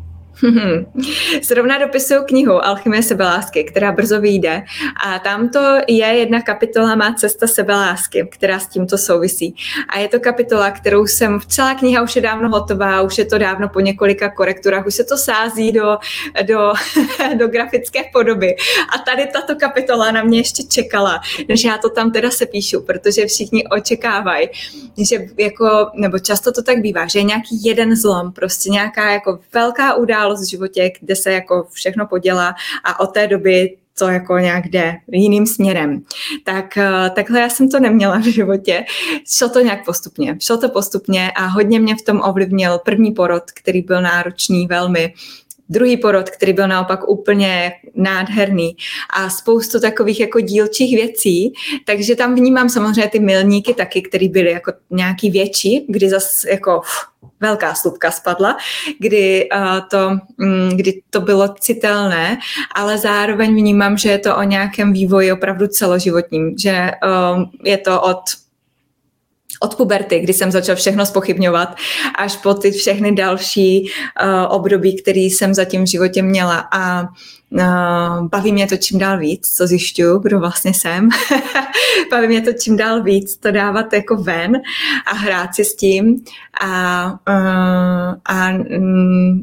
[SPEAKER 2] Zrovna dopisuju knihu Alchymie sebelásky, která brzo vyjde a tam to je jedna kapitola Má cesta sebelásky, která s tímto souvisí. A je to kapitola, kterou jsem, celá kniha už je dávno hotová, už je to dávno po několika korekturách, už se to sází do, do, do grafické podoby. A tady tato kapitola na mě ještě čekala, než já to tam teda sepíšu, protože všichni očekávají, že jako, nebo často to tak bývá, že je nějaký jeden zlom, prostě nějaká jako velká událost v životě, kde se jako všechno podělá a od té doby to jako nějak jde jiným směrem. Tak takhle já jsem to neměla v životě. Šlo to nějak postupně. Šlo to postupně a hodně mě v tom ovlivnil první porod, který byl náročný velmi. Druhý porod, který byl naopak úplně nádherný a spoustu takových jako dílčích věcí, takže tam vnímám samozřejmě ty milníky taky, které byly jako nějaký větší, kdy zase jako uf, velká slupka spadla, kdy, uh, to, um, kdy to bylo citelné, ale zároveň vnímám, že je to o nějakém vývoji opravdu celoživotním, že um, je to od od puberty, kdy jsem začala všechno zpochybňovat, až po ty všechny další uh, období, které jsem zatím v životě měla a uh, baví mě to čím dál víc, co zjišťuju, kdo vlastně jsem. Baví mě to čím dál víc, to dávat jako ven a hrát si s tím a, uh, a um,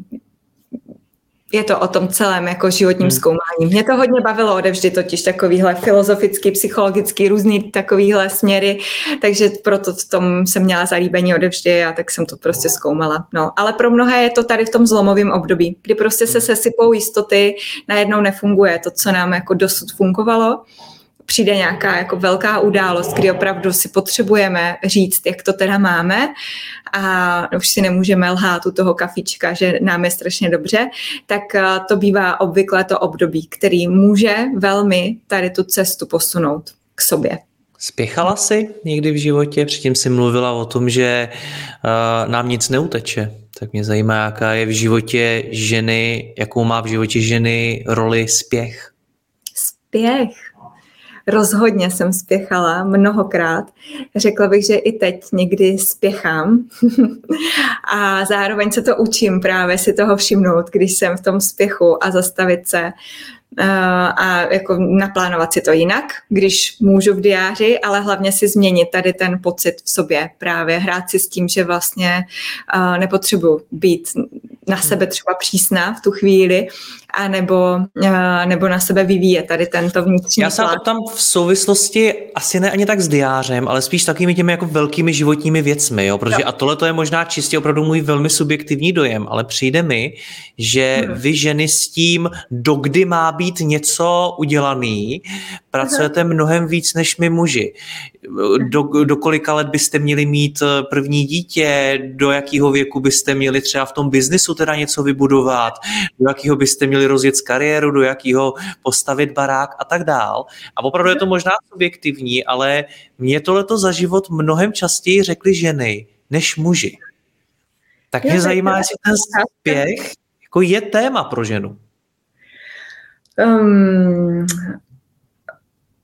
[SPEAKER 2] je to o tom celém jako životním hmm. zkoumání. Mě to hodně bavilo odevždy totiž takovýhle filozofický, psychologický, různý takovýhle směry, takže proto v tom jsem měla zalíbení odevždy a tak jsem to prostě zkoumala. No, ale pro mnohé je to tady v tom zlomovém období, kdy prostě se sesypou jistoty, najednou nefunguje to, co nám jako dosud fungovalo. Přijde nějaká jako velká událost, kdy opravdu si potřebujeme říct, jak to teda máme a už si nemůžeme lhát u toho kafička, že nám je strašně dobře, tak to bývá obvykle to období, který může velmi tady tu cestu posunout k sobě.
[SPEAKER 1] Spěchala jsi někdy v životě? Předtím jsi mluvila o tom, že uh, nám nic neuteče. Tak mě zajímá, jaká je v životě ženy, jakou má v životě ženy roli spěch.
[SPEAKER 2] Spěch. Rozhodně jsem spěchala mnohokrát. Řekla bych, že i teď někdy spěchám. A zároveň se to učím právě si toho všimnout, když jsem v tom spěchu a zastavit se a jako naplánovat si to jinak, když můžu v diáři, ale hlavně si změnit tady ten pocit v sobě právě, hrát si s tím, že vlastně nepotřebuji být na sebe třeba přísná v tu chvíli, a nebo, nebo na sebe vyvíjet tady tento vnitřní
[SPEAKER 1] Já se to tam v souvislosti asi ne ani tak s diářem, ale spíš takovými těmi jako velkými životními věcmi, jo? Protože no. A tohle to je možná čistě opravdu můj velmi subjektivní dojem, ale přijde mi, že hmm. vy ženy s tím, dokdy má být něco udělaný, pracujete hmm. mnohem víc než my muži. Do, do kolika let byste měli mít první dítě, do jakého věku byste měli třeba v tom biznisu teda něco vybudovat, do jakého byste měli rozjet kariéru, do jakého postavit barák a tak dál. A opravdu je to možná subjektivní, ale mě tohleto za život mnohem častěji řekly ženy než muži. Tak mě zajímá, jestli ten spěch jako je téma pro ženu.
[SPEAKER 2] Um,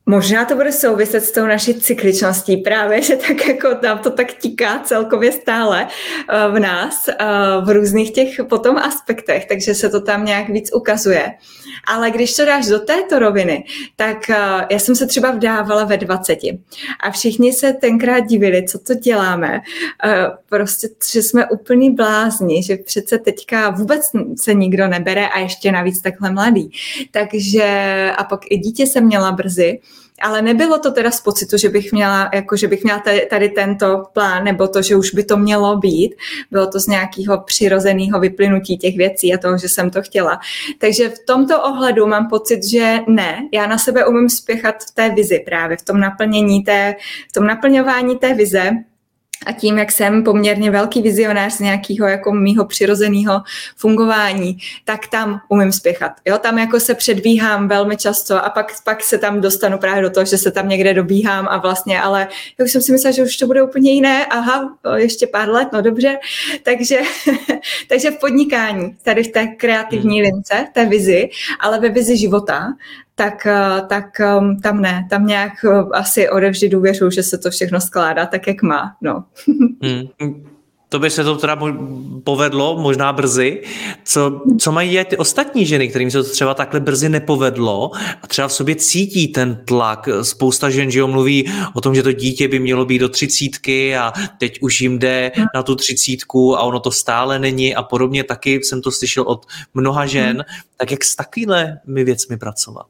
[SPEAKER 2] Možná to bude souviset s tou naší cykličností právě, že tak jako nám to tak tiká celkově stále v nás, v různých těch potom aspektech, takže se to tam nějak víc ukazuje. Ale když to dáš do této roviny, tak já jsem se třeba vdávala ve dvaceti a všichni se tenkrát divili, co to děláme. Prostě, že jsme úplný blázni, že přece teďka vůbec se nikdo nebere a ještě navíc takhle mladý. Takže a pak i dítě jsem měla brzy, ale nebylo to teda z pocitu, že bych měla, jako, že bych měla tady, tady tento plán, nebo to, že už by to mělo být. Bylo to z nějakého přirozeného vyplynutí těch věcí a toho, že jsem to chtěla. Takže v tomto ohledu mám pocit, že ne. Já na sebe umím spěchat v té vizi právě, v tom naplnění té, v tom naplňování té vize. A tím, jak jsem poměrně velký vizionář z nějakého jako mýho přirozeného fungování, tak tam umím spěchat. Jo, tam jako se předbíhám velmi často a pak, pak se tam dostanu právě do toho, že se tam někde dobíhám a vlastně, ale já už jsem si myslela, že už to bude úplně jiné, aha, ještě pár let, no dobře. Takže, takže v podnikání, tady v té kreativní lince, té vizi, ale ve vizi života, tak, tak tam ne, tam nějak asi odevždy důvěřuji, že se to všechno skládá tak, jak má. No.
[SPEAKER 1] Hmm. To by se to teda povedlo, možná brzy. Co, co mají dělat ty ostatní ženy, kterým se to třeba takhle brzy nepovedlo a třeba v sobě cítí ten tlak? Spousta žen, že jo, mluví o tom, že to dítě by mělo být do třicítky a teď už jim jde na tu třicítku a ono to stále není a podobně. Taky jsem to slyšel od mnoha žen. Tak jak s takovými věcmi pracovat?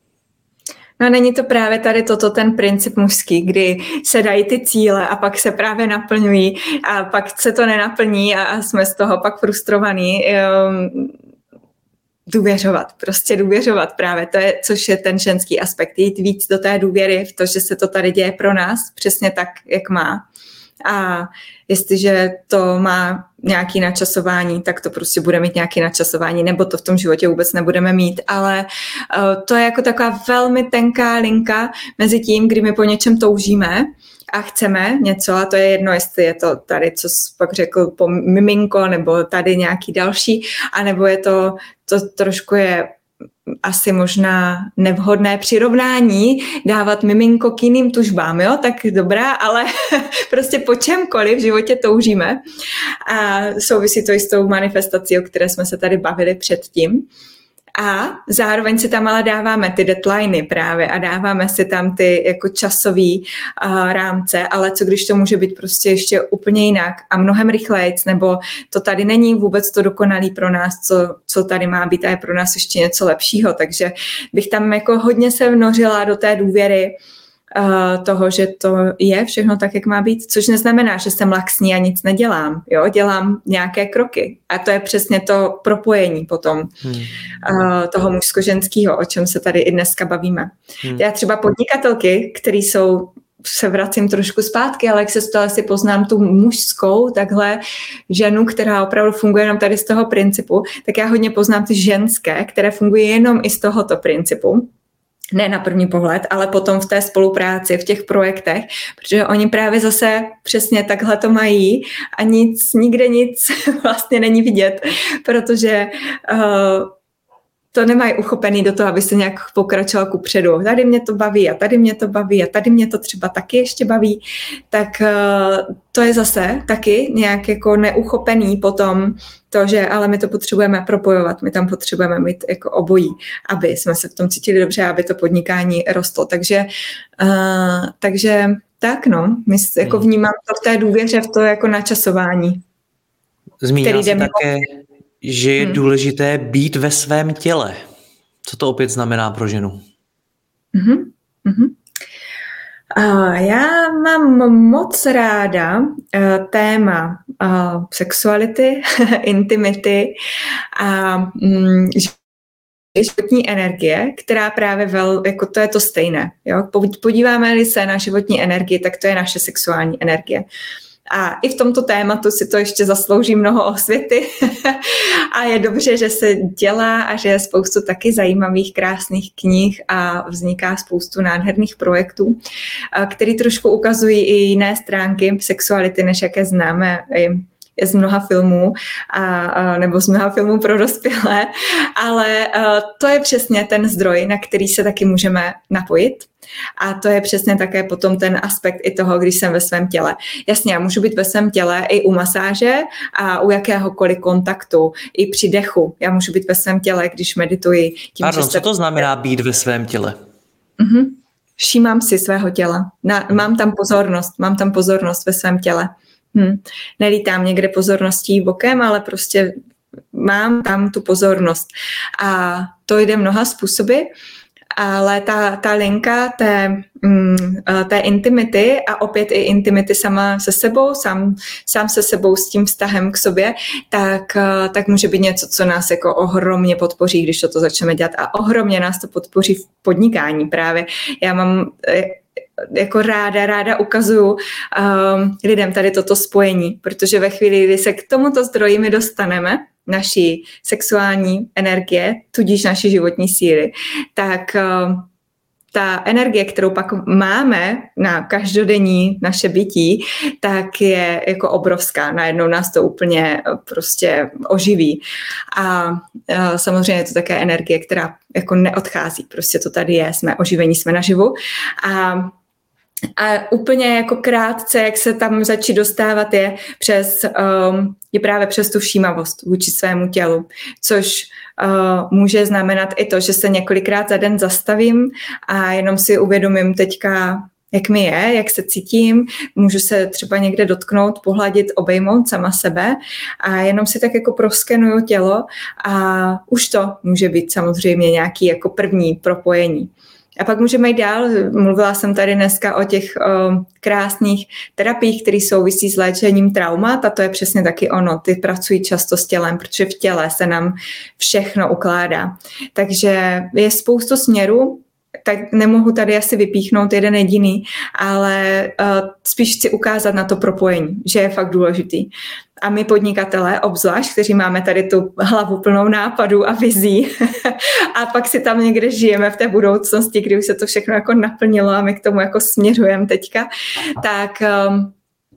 [SPEAKER 2] No není to právě tady toto ten princip mužský, kdy se dají ty cíle a pak se právě naplňují a pak se to nenaplní a, a jsme z toho pak frustrovaní. Um, důvěřovat, prostě důvěřovat právě, to je, což je ten ženský aspekt, jít víc do té důvěry v to, že se to tady děje pro nás, přesně tak, jak má. A jestliže to má nějaké načasování, tak to prostě bude mít nějaké načasování, nebo to v tom životě vůbec nebudeme mít, ale uh, to je jako taková velmi tenká linka mezi tím, kdy my po něčem toužíme a chceme něco, a to je jedno, jestli je to tady, co jsi pak řekl, po miminko, nebo tady nějaký další, anebo je to, to trošku je asi možná nevhodné přirovnání dávat miminko k jiným tužbám, jo, tak dobrá, ale prostě po čemkoliv v životě toužíme a souvisí to i s tou manifestací, o které jsme se tady bavili předtím. A zároveň si tam ale dáváme ty deadliny právě a dáváme si tam ty jako časový uh, rámce, ale co když to může být prostě ještě úplně jinak a mnohem rychlejc, nebo to tady není vůbec to dokonalý pro nás, co, co tady má být a je pro nás ještě něco lepšího, takže bych tam jako hodně se vnořila do té důvěry Uh, toho, že to je všechno tak, jak má být, což neznamená, že jsem laxní a nic nedělám, jo, dělám nějaké kroky a to je přesně to propojení potom hmm. uh, toho mužsko-ženského, o čem se tady i dneska bavíme. Hmm. Já třeba podnikatelky, které jsou, se vracím trošku zpátky, ale jak se stala, si poznám tu mužskou takhle ženu, která opravdu funguje jenom tady z toho principu, tak já hodně poznám ty ženské, které fungují jenom i z tohoto principu. Ne na první pohled, ale potom v té spolupráci, v těch projektech, protože oni právě zase přesně takhle to mají a nic, nikde nic vlastně není vidět, protože uh, to nemají uchopený do toho, aby se nějak pokračoval kupředu. Tady mě to baví a tady mě to baví a tady mě to třeba taky ještě baví, tak uh, to je zase taky nějak jako neuchopený potom to, že ale my to potřebujeme propojovat, my tam potřebujeme mít jako obojí, aby jsme se v tom cítili dobře, aby to podnikání rostlo. Takže, uh, takže tak no, my jako vnímám to v té důvěře, v to jako načasování.
[SPEAKER 1] Zmínila jsi také, že je hmm. důležité být ve svém těle. Co to opět znamená pro ženu?
[SPEAKER 2] Uh-huh. Uh-huh. Uh, já mám moc ráda uh, téma uh, sexuality, intimity a um, životní energie, která právě vel, jako to je to stejné. Jo? Podíváme-li se na životní energii, tak to je naše sexuální energie. A i v tomto tématu si to ještě zaslouží mnoho osvěty a je dobře, že se dělá a že je spoustu taky zajímavých, krásných knih a vzniká spoustu nádherných projektů, které trošku ukazují i jiné stránky sexuality, než jaké známe i z mnoha filmů, a, a, nebo z mnoha filmů pro dospělé, ale a, to je přesně ten zdroj, na který se taky můžeme napojit. A to je přesně také potom ten aspekt i toho, když jsem ve svém těle. Jasně, já můžu být ve svém těle i u masáže a u jakéhokoliv kontaktu, i při dechu. Já můžu být ve svém těle, když medituji. Tím,
[SPEAKER 1] Pardon,
[SPEAKER 2] že
[SPEAKER 1] co to znamená být ve svém těle?
[SPEAKER 2] Uh-huh. Všímám si svého těla. Na, mám tam pozornost, mám tam pozornost ve svém těle. Hm. Nelítám někde pozorností bokem, ale prostě mám tam tu pozornost. A to jde mnoha způsoby, ale ta, ta linka té, té intimity a opět i intimity sama se sebou, sám, sám se sebou s tím vztahem k sobě, tak, tak může být něco, co nás jako ohromně podpoří, když to začneme dělat, a ohromně nás to podpoří v podnikání právě. Já mám jako ráda, ráda ukazuju um, lidem tady toto spojení, protože ve chvíli, kdy se k tomuto zdroji my dostaneme, naší sexuální energie, tudíž naší životní síly, tak uh, ta energie, kterou pak máme na každodenní naše bytí, tak je jako obrovská. Najednou nás to úplně prostě oživí. A uh, samozřejmě je to také energie, která jako neodchází. Prostě to tady je, jsme oživení, jsme naživu. A A úplně jako krátce, jak se tam začít dostávat, je, přes, um, je právě přes tu všímavost vůči svému tělu, což uh, může znamenat i to, že se několikrát za den zastavím a jenom si uvědomím teďka, jak mi je, jak se cítím, můžu se třeba někde dotknout, pohladit, obejmout sama sebe a jenom si tak jako proskenuju tělo a už to může být samozřejmě nějaký jako první propojení. A pak můžeme jít dál. Mluvila jsem tady dneska o těch o, krásných terapiích, které souvisí s léčením traumat, a to je přesně taky ono. Ty pracují často s tělem, protože v těle se nám všechno ukládá. Takže je spoustu směrů, tak nemohu tady asi vypíchnout jeden jediný, ale uh, spíš chci ukázat na to propojení, že je fakt důležitý. A my podnikatelé, obzvlášť, kteří máme tady tu hlavu plnou nápadů a vizí a pak si tam někde žijeme v té budoucnosti, kdy už se to všechno jako naplnilo a my k tomu jako směřujeme teďka, tak... Um,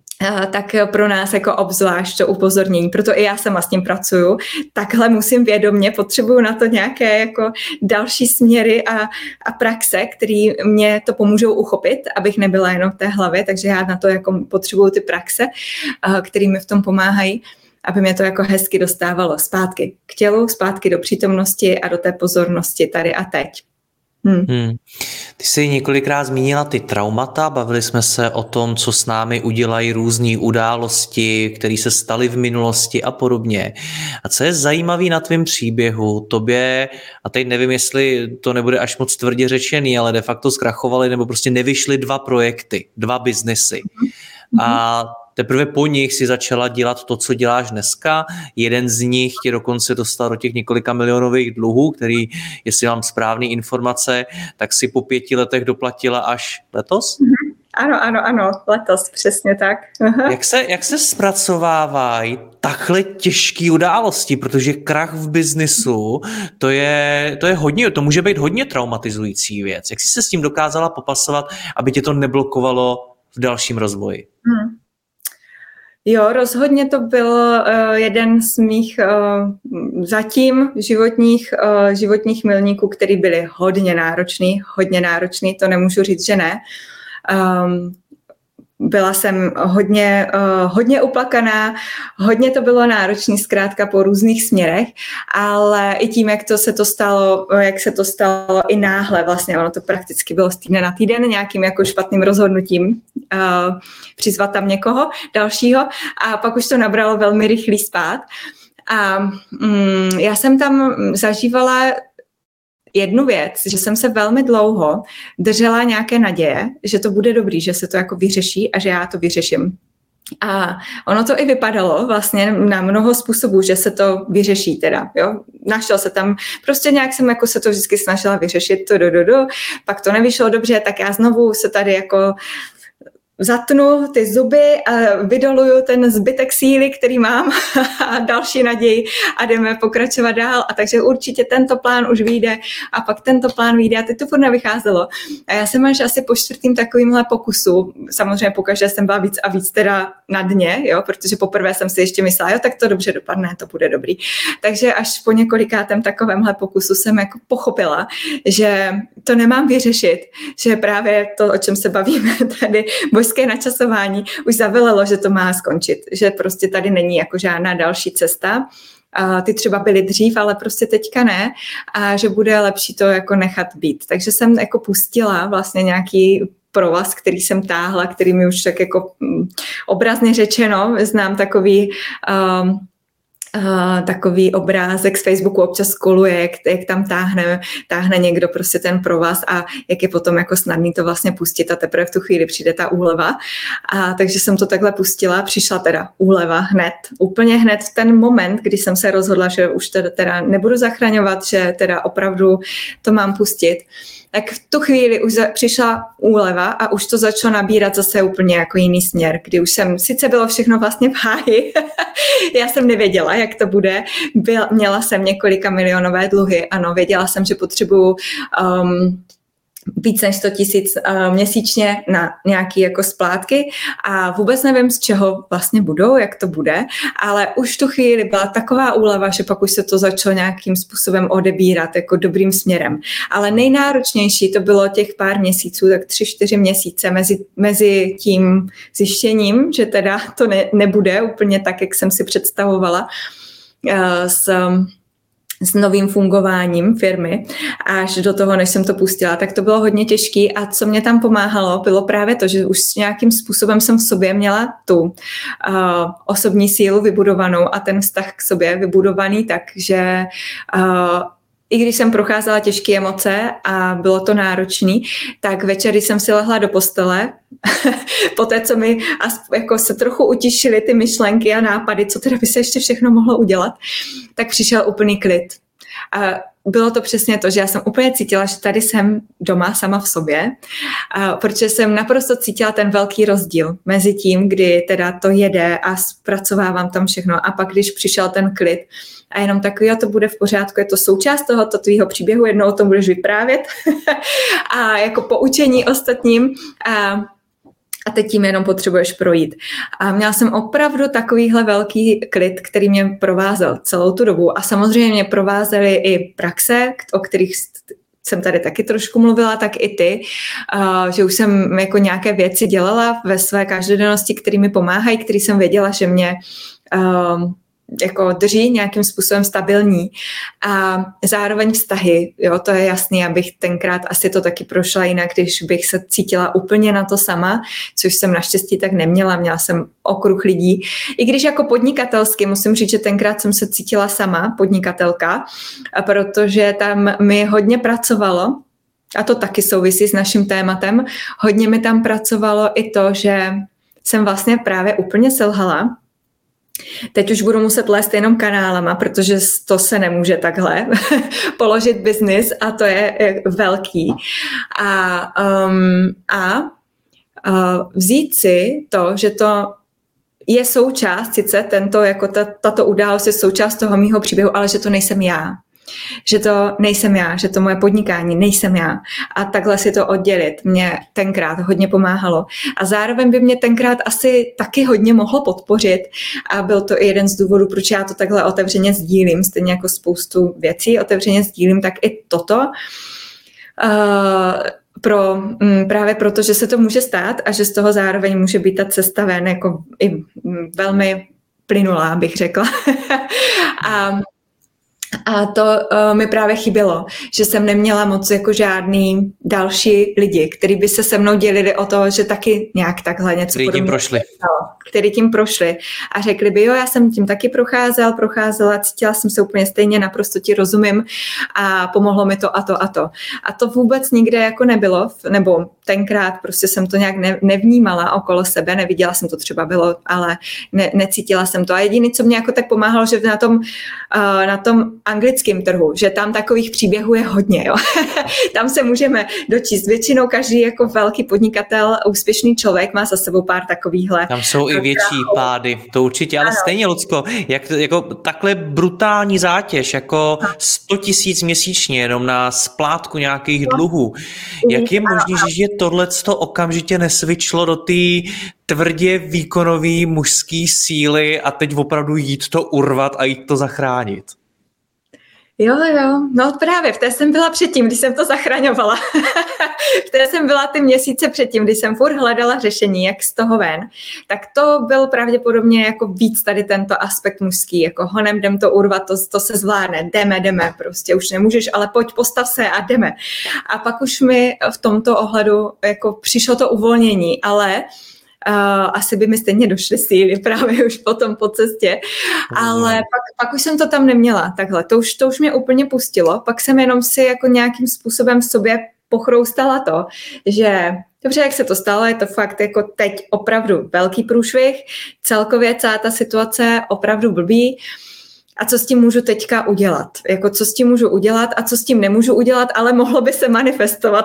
[SPEAKER 2] tak pro nás jako obzvlášť to upozornění. Proto i já sama s tím pracuju. Takhle musím vědomě, potřebuju na to nějaké jako další směry a, a praxe, které mě to pomůžou uchopit, abych nebyla jenom v té hlavě, takže já na to jako potřebuju ty praxe, které mi v tom pomáhají, aby mě to jako hezky dostávalo zpátky k tělu, zpátky do přítomnosti a do té pozornosti tady a teď. Hmm.
[SPEAKER 1] Hmm. Ty jsi několikrát zmínila ty traumata, bavili jsme se o tom, co s námi udělají různé události, které se staly v minulosti a podobně. A co je zajímavé na tvém příběhu, tobě, a teď nevím, jestli to nebude až moc tvrdě řečený, ale de facto zkrachovaly nebo prostě nevyšly dva projekty, dva biznesy. Hmm. A teprve po nich si začala dělat to, co děláš dneska. Jeden z nich tě dokonce dostal do těch několika milionových dluhů, který, jestli mám správné informace, tak si po pěti letech doplatila až letos?
[SPEAKER 2] Ano, ano, ano, letos, přesně tak.
[SPEAKER 1] Jak se, jak se zpracovávají takhle těžké události, protože krach v biznisu, to je, to je hodně, to může být hodně traumatizující věc. Jak jsi se s tím dokázala popasovat, aby tě to neblokovalo v dalším rozvoji? Hmm.
[SPEAKER 2] Jo, rozhodně to byl uh, jeden z mých uh, zatím životních, uh, životních milníků, který byly hodně náročný, hodně náročný, to nemůžu říct, že ne. Um, byla jsem hodně, uh, hodně uplakaná, hodně to bylo náročný zkrátka po různých směrech, ale i tím, jak to se to stalo, jak se to stalo i náhle, vlastně ono to prakticky bylo z týdne na týden nějakým jako špatným rozhodnutím uh, přizvat tam někoho dalšího a pak už to nabralo velmi rychlý spád. A um, já jsem tam zažívala jednu věc, že jsem se velmi dlouho držela nějaké naděje, že to bude dobrý, že se to jako vyřeší a že já to vyřeším. A ono to i vypadalo vlastně na mnoho způsobů, že se to vyřeší teda, jo. Našel se tam, prostě nějak jsem jako se to vždycky snažila vyřešit, to do, do, do, pak to nevyšlo dobře, tak já znovu se tady jako zatnu ty zuby a vydoluju ten zbytek síly, který mám a další naději a jdeme pokračovat dál. A takže určitě tento plán už vyjde a pak tento plán vyjde a teď to furt nevycházelo. A já jsem až asi po čtvrtým takovýmhle pokusu, samozřejmě pokaždé jsem byla víc a víc teda na dně, jo, protože poprvé jsem si ještě myslela, jo, tak to dobře dopadne, to bude dobrý. Takže až po několikátém takovémhle pokusu jsem jako pochopila, že to nemám vyřešit, že právě to, o čem se bavíme tady, božské načasování, už zavelelo, že to má skončit, že prostě tady není jako žádná další cesta. A ty třeba byly dřív, ale prostě teďka ne a že bude lepší to jako nechat být. Takže jsem jako pustila vlastně nějaký provaz, který jsem táhla, který mi už tak jako obrazně řečeno, znám takový um, Uh, takový obrázek z Facebooku občas koluje, jak, jak tam táhne, táhne někdo prostě ten provaz a jak je potom jako snadný to vlastně pustit a teprve v tu chvíli přijde ta úleva. A takže jsem to takhle pustila, přišla teda úleva hned, úplně hned v ten moment, kdy jsem se rozhodla, že už teda, teda nebudu zachraňovat, že teda opravdu to mám pustit. Tak v tu chvíli už za, přišla úleva a už to začalo nabírat zase úplně jako jiný směr, kdy už jsem, sice bylo všechno vlastně v háji, já jsem nevěděla, jak to bude, Byl, měla jsem několika milionové dluhy, ano, věděla jsem, že potřebuju um, víc než sto tisíc uh, měsíčně na nějaké jako splátky a vůbec nevím, z čeho vlastně budou, jak to bude, ale už v tu chvíli byla taková úleva, že pak už se to začalo nějakým způsobem odebírat jako dobrým směrem. Ale nejnáročnější to bylo těch pár měsíců, tak tři, čtyři měsíce mezi, mezi tím zjištěním, že teda to ne, nebude úplně tak, jak jsem si představovala uh, s s novým fungováním firmy až do toho, než jsem to pustila, tak to bylo hodně těžký a co mě tam pomáhalo, bylo právě to, že už nějakým způsobem jsem v sobě měla tu uh, osobní sílu vybudovanou a ten vztah k sobě vybudovaný tak, že uh, i když jsem procházela těžké emoce a bylo to náročný, tak večer, když jsem si lehla do postele, po té, co mi jako se trochu utišily ty myšlenky a nápady, co teda by se ještě všechno mohlo udělat, tak přišel úplný klid. A bylo to přesně to, že já jsem úplně cítila, že tady jsem doma sama v sobě, a protože jsem naprosto cítila ten velký rozdíl mezi tím, kdy teda to jede a zpracovávám tam všechno a pak, když přišel ten klid a jenom takový, jo, to bude v pořádku, je to součást tohoto tvýho příběhu, jednou o tom budeš vyprávět a jako poučení ostatním a a teď tím jenom potřebuješ projít. A měla jsem opravdu takovýhle velký klid, který mě provázel celou tu dobu. A samozřejmě mě provázely i praxe, o kterých jsem tady taky trošku mluvila, tak i ty, že už jsem jako nějaké věci dělala ve své každodennosti, které mi pomáhají, které jsem věděla, že mě jako drží nějakým způsobem stabilní a zároveň vztahy, jo, to je jasný, abych tenkrát asi to taky prošla jinak, když bych se cítila úplně na to sama, což jsem naštěstí tak neměla, měla jsem okruh lidí, i když jako podnikatelsky musím říct, že tenkrát jsem se cítila sama, podnikatelka, protože tam mi hodně pracovalo, a to taky souvisí s naším tématem, hodně mi tam pracovalo i to, že jsem vlastně právě úplně selhala. Teď už budu muset lézt jenom kanálama, protože to se nemůže takhle položit biznis a to je velký. A, um, a uh, vzít si to, že to je součást, sice tento, jako ta, tato událost je součást toho mýho příběhu, ale že to nejsem já. Že to nejsem já, že to moje podnikání nejsem já. A takhle si to oddělit mě tenkrát hodně pomáhalo. A zároveň by mě tenkrát asi taky hodně mohlo podpořit. A byl to i jeden z důvodů, proč já to takhle otevřeně sdílím. Stejně jako spoustu věcí otevřeně sdílím, tak i toto. Uh, pro, m, právě proto, že se to může stát a že z toho zároveň může být ta cesta ven jako i m, velmi plynulá, bych řekla. A A to uh, mi právě chybělo, že jsem neměla moc jako žádný další lidi, kteří by se se mnou dělili o to, že taky nějak takhle něco
[SPEAKER 1] který tím prošli.
[SPEAKER 2] Který tím prošli a řekli by, jo, já jsem tím taky procházel, procházela, cítila jsem se úplně stejně, naprosto ti rozumím a pomohlo mi to a to a to. A to vůbec nikde jako nebylo, nebo tenkrát prostě jsem to nějak ne, nevnímala okolo sebe, neviděla jsem to, třeba bylo, ale ne, necítila jsem to. A jediné, co mě jako tak pomáhalo, že na tom, uh, na tom anglickém trhu, že tam takových příběhů je hodně, jo. Tam se můžeme dočíst. Většinou každý jako velký podnikatel, úspěšný člověk má za sebou pár takovýchhle.
[SPEAKER 1] Tam jsou i větší pády, to určitě, ale ano. Stejně, Lucko, jak, jako takhle brutální zátěž, jako sto tisíc měsíčně jenom na splátku nějakých dluhů. Jak je možné, že tohleto okamžitě nesvičlo do té tvrdě výkonové mužské síly a teď opravdu jít to urvat a jít to zachránit?
[SPEAKER 2] Jo, jo, no právě, v té jsem byla předtím, když jsem to zachraňovala. V té jsem byla ty měsíce předtím, když jsem furt hledala řešení, jak z toho ven. Tak to byl pravděpodobně jako víc tady tento aspekt mužský, jako honem, jdem to urvat, to, to se zvládne, jdeme, jdeme, prostě už nemůžeš, ale pojď, postav se a jdeme. A pak už mi v tomto ohledu jako přišlo to uvolnění, ale Uh, asi by mi stejně došly síly právě už potom po cestě, ale pak, pak už jsem to tam neměla takhle, to už, to už mě úplně pustilo, pak jsem jenom si jako nějakým způsobem v sobě pochroustala to, že dobře, jak se to stalo, je to fakt jako teď opravdu velký průšvih, celkově celá ta situace opravdu blbý. A co s tím můžu teďka udělat? Jako co s tím můžu udělat a co s tím nemůžu udělat, ale mohlo by se manifestovat.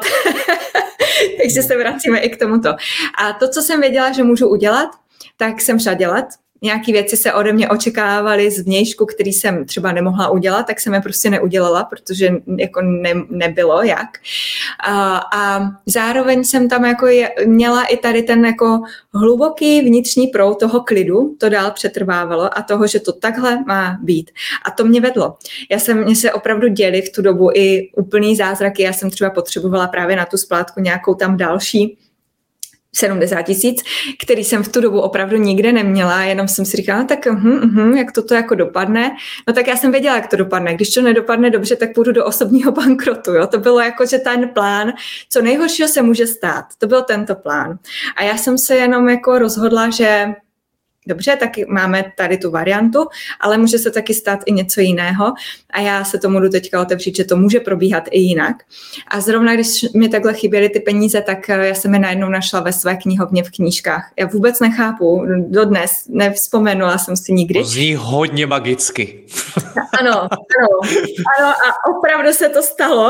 [SPEAKER 2] Takže se vracíme i k tomuto. A to, co jsem věděla, že můžu udělat, tak jsem šla dělat. Nějaké věci se ode mě očekávaly z vnějšku, který jsem třeba nemohla udělat, tak jsem je prostě neudělala, protože jako ne, nebylo jak. A, a zároveň jsem tam jako je, měla i tady ten jako hluboký vnitřní proud toho klidu, to dál přetrvávalo a toho, že to takhle má být. A to mě vedlo. Já jsem, mě se opravdu děli v tu dobu i úplný zázraky, já jsem třeba potřebovala právě na tu splátku nějakou tam další sedmdesát tisíc, který jsem v tu dobu opravdu nikde neměla, jenom jsem si říkala, no tak uh, uh, jak toto jako dopadne. No tak já jsem věděla, jak to dopadne. Když to nedopadne dobře, tak půjdu do osobního bankrotu. Jo? To bylo jako, že ten plán, co nejhoršího se může stát. To byl tento plán. A já jsem se jenom jako rozhodla, že dobře, tak máme tady tu variantu, ale může se taky stát i něco jiného a já se tomu jdu teďka otevřít, že to může probíhat i jinak. A zrovna, když mi takhle chyběly ty peníze, tak já jsem je najednou našla ve své knihovně v knížkách. Já vůbec nechápu, dodnes nevzpomenula jsem si nikdy.
[SPEAKER 1] To zní hodně magicky.
[SPEAKER 2] Ano, ano, ano a opravdu se to stalo.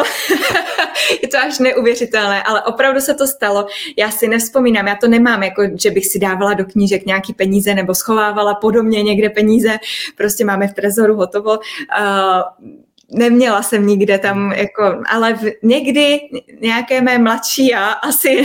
[SPEAKER 2] Je to až neuvěřitelné, ale opravdu se to stalo. Já si nevzpomínám, já to nemám, jako že bych si dávala do knížek nějaký peníze nebo schovávala podobně někde peníze, prostě máme v trezoru hotovo. Uh, neměla jsem nikde tam, jako, ale v, někdy nějaké mé mladší já asi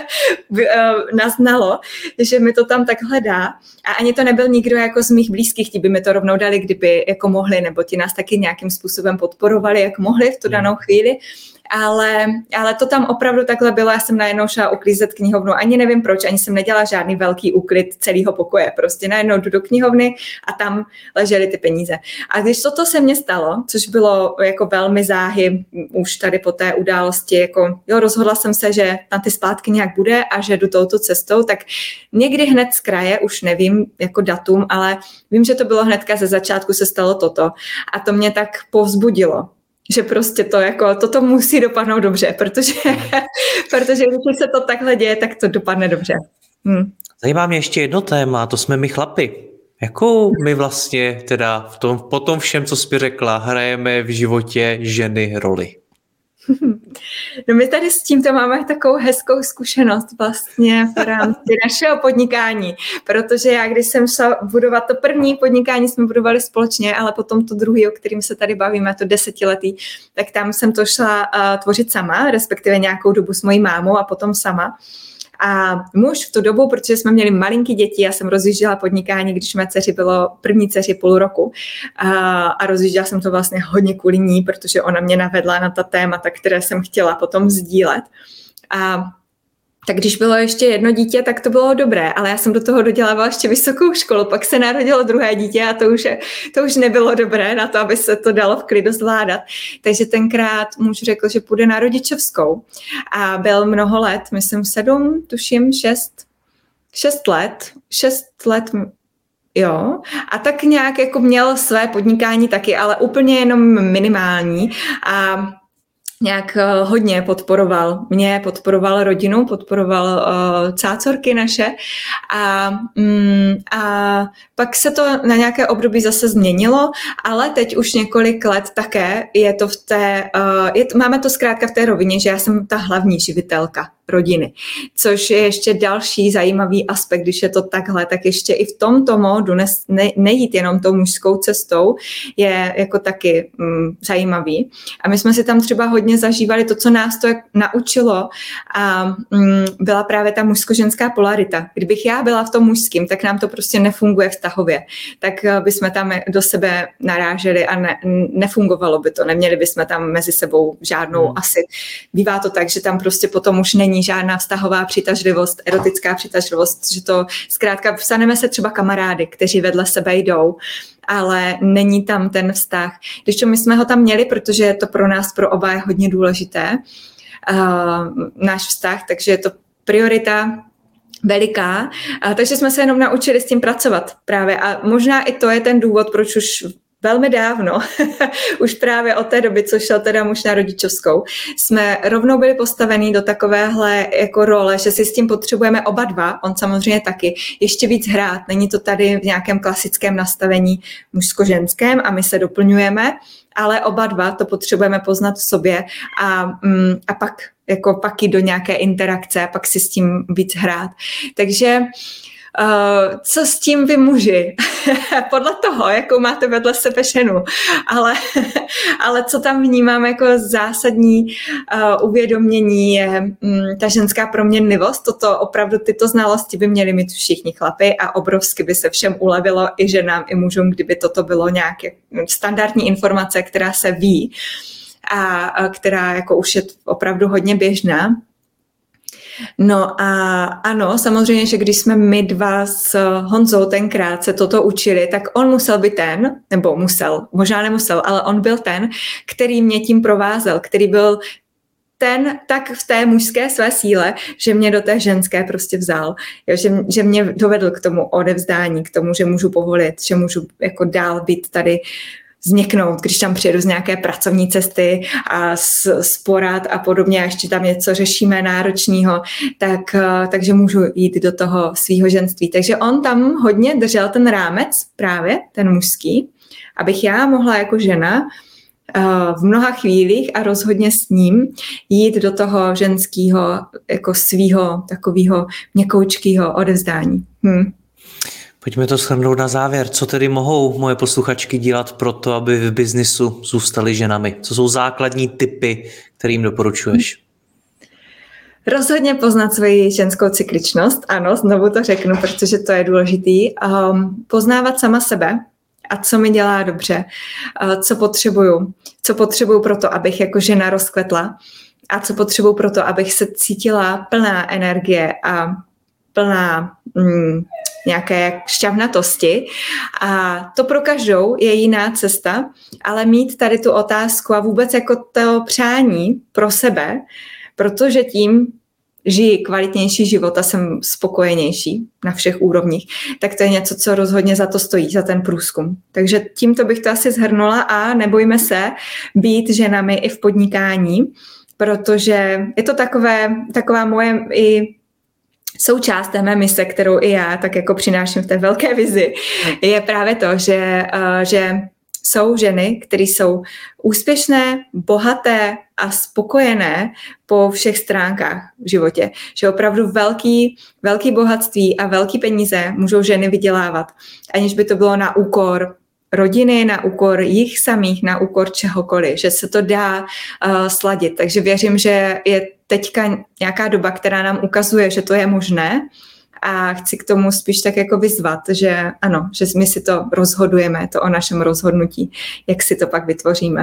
[SPEAKER 2] naznalo, že mi to tam tak hledá a ani to nebyl nikdo jako z mých blízkých, ti by mi to rovnou dali, kdyby jako mohli, nebo ti nás taky nějakým způsobem podporovali, jak mohli v tu danou chvíli. Ale, ale to tam opravdu takhle bylo, já jsem najednou šla uklízet knihovnu, ani nevím proč, ani jsem nedělala žádný velký úklid celého pokoje, prostě najednou jdu do knihovny a tam ležely ty peníze. A když toto se mně stalo, což bylo jako velmi záhy už tady po té události, jako jo, rozhodla jsem se, že na ty splátky nějak bude a že jdu touto cestou, tak někdy hned z kraje, už nevím jako datum, ale vím, že to bylo hnedka ze začátku se stalo toto a to mě tak povzbudilo, že prostě to jako, toto musí dopadnout dobře, protože, protože když se to takhle děje, tak to dopadne dobře. Hm.
[SPEAKER 1] Zajímá mě ještě jedno téma, to jsme my chlapi. Jakou my vlastně teda v tom, po tom všem, co jsi řekla, hrajeme v životě ženy roli?
[SPEAKER 2] No my tady s tímto máme takovou hezkou zkušenost vlastně v rámci našeho podnikání, protože já, když jsem šla budovat to první podnikání, jsme budovali společně, ale potom to druhý, o kterým se tady bavíme, to desetiletý, tak tam jsem to šla uh, tvořit sama, respektive nějakou dobu s mojí mámou a potom sama. A muž v tu dobu, protože jsme měli malinký děti, já jsem rozjížděla podnikání, když mé dceři bylo první dceři půl roku a, a rozjížděla jsem to vlastně hodně kvůli ní, protože ona mě navedla na ta témata, které jsem chtěla potom sdílet. A tak když bylo ještě jedno dítě, tak to bylo dobré, ale já jsem do toho dodělávala ještě vysokou školu, pak se narodilo druhé dítě a to už, to už nebylo dobré na to, aby se to dalo v klidu zvládat. Takže tenkrát muž řekl, že půjde na rodičovskou a byl mnoho let, myslím sedm, tuším šest, šest let, šest let, jo, a tak nějak jako měl své podnikání taky, ale úplně jenom minimální a nějak uh, hodně podporoval mě, podporoval rodinu, podporoval uh, cácorky naše a, um, a pak se to na nějaké období zase změnilo, ale teď už několik let také je to v té, uh, je to, máme to zkrátka v té rovině, že já jsem ta hlavní živitelka rodiny, což je ještě další zajímavý aspekt, když je to takhle, tak ještě i v tomto módu ne, ne, nejít jenom tou mužskou cestou je jako taky mm, zajímavý. A my jsme si tam třeba hodně zažívali to, co nás to naučilo a mm, byla právě ta mužsko-ženská polarita. Kdybych já byla v tom mužském, tak nám to prostě nefunguje vztahově. Tak bychom tam do sebe naráželi a ne, nefungovalo by to. Neměli bychom tam mezi sebou žádnou hmm. asi. Bývá to tak, že tam prostě potom už není žádná vztahová přitažlivost, erotická přitažlivost, že to zkrátka vstaneme se třeba kamarády, kteří vedle sebe jdou, ale není tam ten vztah. Když to my jsme ho tam měli, protože je to pro nás, pro oba je hodně důležité, uh, náš vztah, takže je to priorita veliká, uh, takže jsme se jenom naučili s tím pracovat právě a možná i to je ten důvod, proč už velmi dávno, už právě od té doby, co šel teda muž na rodičovskou, jsme rovnou byli postavení do takovéhle jako role, že si s tím potřebujeme oba dva, on samozřejmě taky, ještě víc hrát. Není to tady v nějakém klasickém nastavení mužsko-ženském a my se doplňujeme, ale oba dva to potřebujeme poznat v sobě a, mm, a pak jako pak i do nějaké interakce a pak si s tím víc hrát. Takže Uh, co s tím vy muži? Podle toho, jakou máte vedle sebe ženu. Ale, ale co tam vnímám jako zásadní uh, uvědomění je um, ta ženská proměnlivost. Toto opravdu tyto znalosti by měli mít všichni chlapi a obrovsky by se všem ulevilo i ženám, i mužům, kdyby toto bylo nějaké standardní informace, která se ví a, a která jako už je opravdu hodně běžná. No a ano, samozřejmě, že když jsme my dva s Honzou tenkrát se toto učili, tak on musel být ten, nebo musel, možná nemusel, ale on byl ten, který mě tím provázel, který byl ten tak v té mužské své síle, že mě do té ženské prostě vzal, jo, že, že mě dovedl k tomu odevzdání, k tomu, že můžu povolit, že můžu jako dál být tady změknout, když tam přijedu z nějaké pracovní cesty a z porad a podobně a ještě tam něco řešíme náročného, tak, takže můžu jít do toho svýho ženství. Takže on tam hodně držel ten rámec právě, ten mužský, abych já mohla jako žena v mnoha chvílích a rozhodně s ním jít do toho ženského jako svýho takového měkoučkého odevzdání. Hm.
[SPEAKER 1] Pojďme to shrnout na závěr. Co tedy mohou moje posluchačky dělat pro to, aby v biznisu zůstaly ženami? Co jsou základní tipy, kterým doporučuješ?
[SPEAKER 2] Rozhodně poznat svoji ženskou cykličnost. Ano, znovu to řeknu, protože to je důležitý. Um, poznávat sama sebe a co mi dělá dobře, uh, co potřebuju. Co potřebuju pro to, abych jako žena rozkvetla a co potřebuju pro to, abych se cítila plná energie a plná mm, nějaké šťavnatosti. A to pro každou je jiná cesta, ale mít tady tu otázku a vůbec jako to přání pro sebe, protože tím žiji kvalitnější život a jsem spokojenější na všech úrovních, tak to je něco, co rozhodně za to stojí, za ten průzkum. Takže tímto bych to asi shrnula a nebojme se být ženami i v podnikání, protože je to takové, taková moje i součást té mé mise, kterou i já tak jako přináším v té velké vizi, je právě to, že, uh, že jsou ženy, které jsou úspěšné, bohaté a spokojené po všech stránkách v životě. Že opravdu velký, velký bohatství a velký peníze můžou ženy vydělávat, aniž by to bylo na úkor rodiny, na úkor jich samých, na úkor čehokoliv, že se to dá uh, sladit. Takže věřím, že je teďka nějaká doba, která nám ukazuje, že to je možné a chci k tomu spíš tak jako vyzvat, že ano, že my si to rozhodujeme, to o našem rozhodnutí, jak si to pak vytvoříme.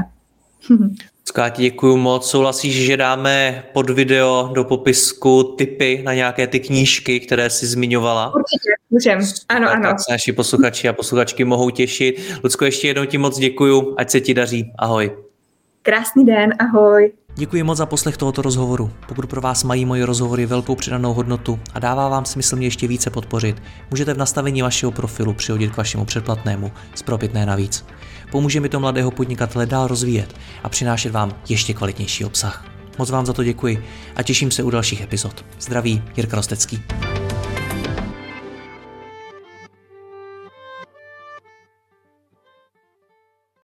[SPEAKER 1] Skáti, děkuju moc. Souhlasíš, že dáme pod video do popisku tipy na nějaké ty knížky, které jsi zmiňovala?
[SPEAKER 2] Určitě, můžem. Ano,
[SPEAKER 1] tak,
[SPEAKER 2] ano.
[SPEAKER 1] Tak se naši posluchači a posluchačky mohou těšit. Lucko, ještě jednou ti moc děkuju, ať se ti daří. Ahoj.
[SPEAKER 2] Krásný den, ahoj.
[SPEAKER 1] Děkuji moc za poslech tohoto rozhovoru. Pokud pro vás mají moje rozhovory velkou přidanou hodnotu a dává vám smysl mě ještě více podpořit, můžete v nastavení vašeho profilu přihodit k vašemu předplatnému zpropitné navíc. Pomůže mi to mladého podnikatele dál rozvíjet a přinášet vám ještě kvalitnější obsah. Moc vám za to děkuji a těším se u dalších epizod. Zdraví, Jirka Rostecký.